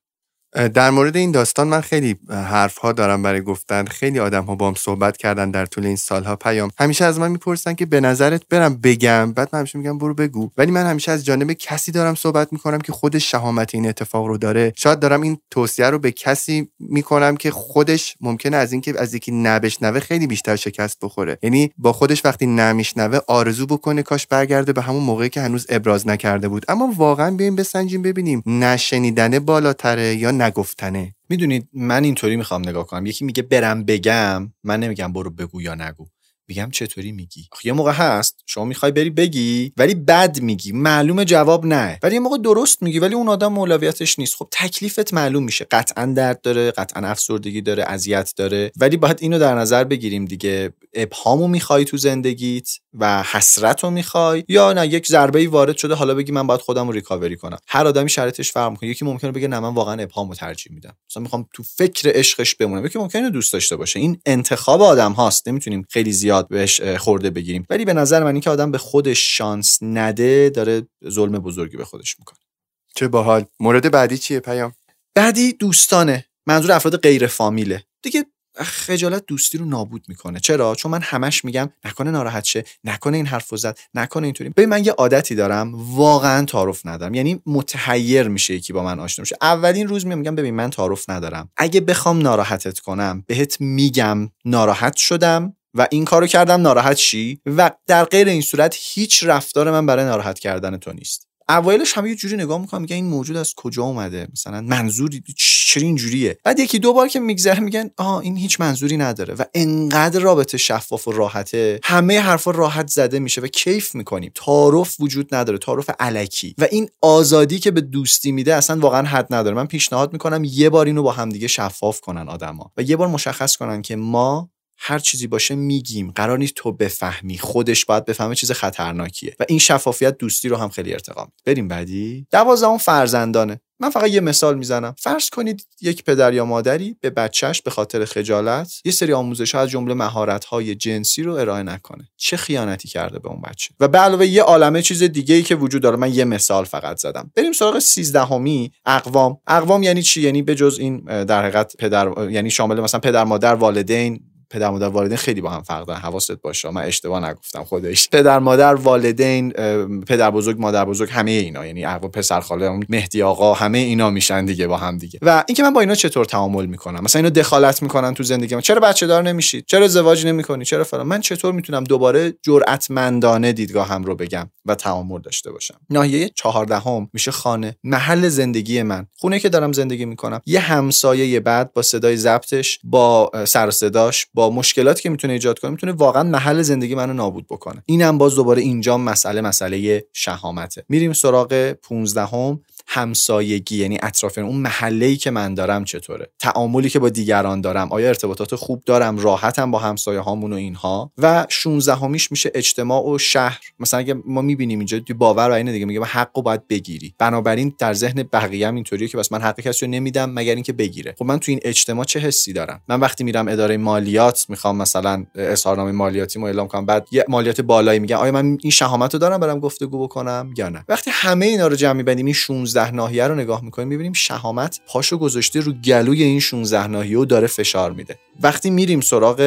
S1: در مورد این داستان من خیلی حرف‌ها دارم برای گفتن. خیلی آدم‌ها باهم صحبت کردن در طول این سال‌ها. پیام همیشه از من میپرسن که به نظرت برم بگم، بعد من همیشه میگم برو بگو، ولی من همیشه از جانب کسی دارم صحبت میکنم که خودش شهامت این اتفاق رو داره. شاید دارم این توصیه رو به کسی میکنم که خودش ممکنه از اینکه از یکی نبشنوه خیلی بیشتر شکست بخوره. یعنی با خودش وقتی نمیشنوه آرزو بکنه کاش برگرده به همون موقعی که هنوز ابراز نکرده بود. اما واقعا بیایم بسنجیم ببینیم نشنیدن بالاتره یا نگفتنه.
S2: میدونید من اینطوری میخوام نگاه کنم، یکی میگه برم بگم، من نمیگم برو بگو یا نگو، میگم چطوری میگی. یه موقع هست شما میخوای بری بگی ولی بد میگی، معلومه جواب نه، ولی یه موقع درست میگی ولی اون آدم اولویتش نیست. خب تکلیفت معلوم میشه، قطعا درد داره، قطعا افسردگی داره، اذیت داره، ولی باید اینو در نظر بگیریم دیگه. ابهامو میخوای تو زندگیت و حسرتو میخوای، یا نه یک ضربه‌ای وارد شده حالا بگی من باید خودمو ریکاوری کنم. هر آدمی شرایطش فرق میکنه. یکی ممکنه بگه نه من واقعا ابهامو ترجیح میدم، مثلا میخوام تو فکر عشقش بمونم. یکی ممکنه دوست داشته باشه. این انتخاب آدم هاست، نمیتونیم خیلی زیاد بهش خورده بگیریم. ولی به نظر من این که آدم به خودش شانس نده داره ظلم بزرگی به خودش میکنه.
S1: چه باحال. مورد بعدی چیه پیام؟
S2: بعدی دوستانه، منظور افراد غیر فامیله دیگه. خجالت دوستی رو نابود میکنه. چرا؟ چون من همش میگم نکنه ناراحت شه، نکنه این حرفو زد، نکنه اینطوری. ببین من یه عادتی دارم، واقعا تعارف ندارم. یعنی متحیر میشه یکی با من آشنا میشه، اولین روز میگم ببین من تعارف ندارم، اگه بخوام ناراحتت کنم بهت میگم ناراحت شدم و این کارو کردم ناراحت شی، و در غیر این صورت هیچ رفتار من برای ناراحت کردن تو نیست. اوایلش هم یه جوری نگاه میکنم میگن این موجود از کجا اومده، مثلا منظوری چرا اینجوریه. بعد یکی دو بار که میگذره میگن آها این هیچ منظوری نداره و انقدر رابطه شفاف و راحته، همه حرفا راحت زده میشه و کیف میکنیم. تعارف وجود نداره، تعارف الکی. و این آزادی که به دوستی میده اصلا واقعا حد نداره. من پیشنهاد میکنم یه بار اینو با هم دیگه شفاف کنن آدما و یه بار مشخص کنن که ما هر چیزی باشه میگیم، قرار نیست تو بفهمی، خودش باید بفهمه چیز خطرناکیه. و این شفافیت دوستی رو هم خیلی ارتقا میده. بریم بعدی. دوازدهم فرزندانه. من فقط یه مثال میزنم. فرض کنید یک پدر یا مادری به بچهش به خاطر خجالت یه سری آموزش‌ها از جمله مهارت‌های جنسی رو ارائه نکنه. چه خیانتی کرده به اون بچه. و به علاوه یه عالمه چیز دیگه‌ای که وجود داره. من یه مثال فقط زدم. بریم سراغ سیزدهمی، اقوام. اقوام یعنی چی؟ یعنی بجز این در حقیقت پدر، یعنی شامل مثلا پدر مادر، والدین. پدر مادر والدین خیلی با هم فرق دارن، حواست باشه من اشتباه نگفتم خودش. پدر مادر والدین، پدر بزرگ مادر بزرگ، همه اینا، یعنی اقوا پسر خاله، مهدی آقا، همه اینا میشن دیگه با هم دیگه. و اینکه من با اینا چطور تعامل میکنم، مثلا اینو دخالت میکنن تو زندگی من، چرا بچه دار نمیشید، چرا ازدواج نمیکنی، چرا فلان. من چطور میتونم دوباره جرأتمندانه دیدگاهم رو بگم و تعامل داشته باشم. ناحیه چهاردهم میشه خانه، محل زندگی من، خونه که دارم زندگی میکنم. یه همسایه بعد با صدای ضبطش، با سر و صداش، با مشکلاتی که میتونه ایجاد کنه، میتونه واقعا محل زندگی منو نابود بکنه. اینم باز دوباره اینجا مسئله مسئله شهامته. میریم سراغ پانزدهم، همسایگی، یعنی اطراف اون محله‌ای که من دارم چطوره، تعاملی که با دیگران دارم، آیا ارتباطات خوب دارم، راحتم با همسایه هامون و اینها. و شانزدهمیش میشه اجتماع و شهر. مثلا اگه ما میبینیم اینجا دی باور و اینه دیگه، میگه من حقو باید بگیری، بنابراین در ذهن بقیه هم اینطوریه که بس من حق کسی رو نمیدم مگر اینکه بگیره. خب من تو این اجتماع چه حسی دارم؟ من وقتی میرم اداره مالیات میخوام مثلا اظهارنامه مالیاتیمو اعلام کنم، بعد یه مالیات بالایی میگن، آیا من این شهامتو دارم برام گفتگو بکنم یا نه؟ وقتی همه اینا رو جمع می‌بندیم، این شانزده ناحیه رو نگاه میکنیم، میبینیم شهامت پاشو گذاشته رو گلوی این شانزده ناحیه و داره فشار میده. وقتی میریم سراغ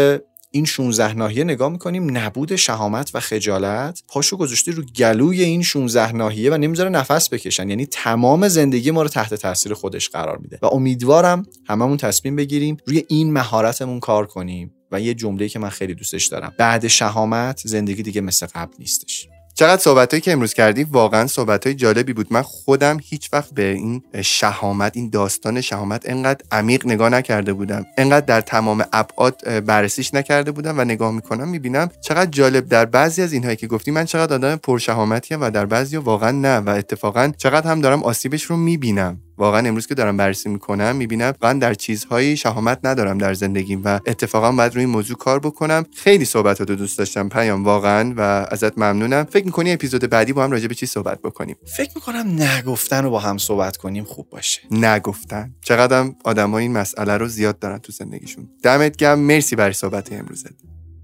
S2: این شانزده ناحیه نگاه میکنیم، نبود شهامت و خجالت پاشو گذاشته رو گلوی این شانزده ناحیه و نمیذاره نفس بکشن. یعنی تمام زندگی ما رو تحت تاثیر خودش قرار میده و امیدوارم هممون تصمیم بگیریم روی این مهارتمون کار کنیم. و یه جمله‌ای که من خیلی دوستش دارم، بعد شهامت زندگی دیگه مثل قبل نیستش.
S1: چقدر صحبتایی که امروز کردی واقعا صحبتای جالبی بود. من خودم هیچ وقت به این شهامت، این داستان شهامت انقدر عمیق نگاه نکرده بودم، انقدر در تمام ابعاد بررسیش نکرده بودم و نگاه میکنم میبینم چقدر جالب در بعضی از اینهایی که گفتی من چقدر آدم پرشهامتیم و در بعضیا واقعا نه، و اتفاقا چقدر هم دارم آسیبش رو میبینم. واقعا امروز که دارم بررسی میکنم میبینم واقعا در چیزهایی شهامت ندارم در زندگیم و اتفاقا باید روی این موضوع کار بکنم. خیلی صحبتاتو دوست داشتم پیام واقعا و ازت ممنونم. فکر میکنی اپیزود بعدی با هم راجع به چی صحبت بکنیم؟
S2: فکر میکنم نگفتن رو با هم صحبت کنیم خوب باشه.
S1: نگفتن چقدر آدم‌ها این مسئله رو زیاد دارن تو زندگیشون. دمت گرم، مرسی برای صحبت امروزت.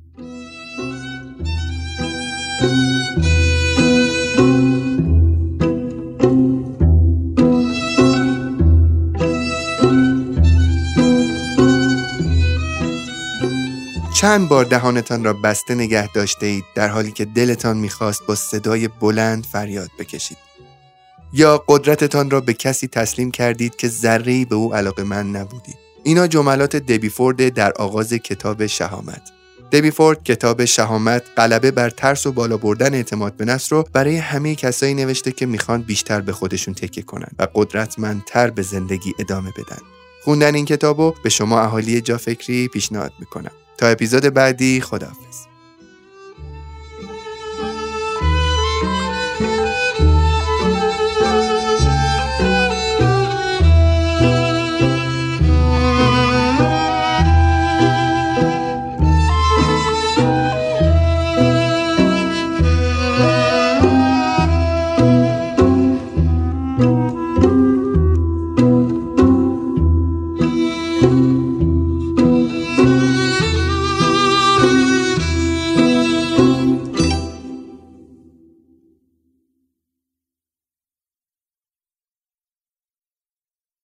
S1: چند بار دهانتان را بسته نگه داشته اید در حالی که دلتان میخواست با صدای بلند فریاد بکشید؟ یا قدرتتان را به کسی تسلیم کردید که ذره‌ای به او علاقه‌مند نبودید؟ اینا جملات دبی فورد در آغاز کتاب شهامت. دبی فورد کتاب شهامت، غلبه بر ترس و بالا بردن اعتماد به نفس رو برای همه کسایی نوشته که میخوان بیشتر به خودشون تکیه کنن و قدرتمندتر به زندگی ادامه بدن. خوندن این کتابو به شما اهالی جا فکری پیشنهاد میکنم. تا اپیزود بعدی، خداحافظ.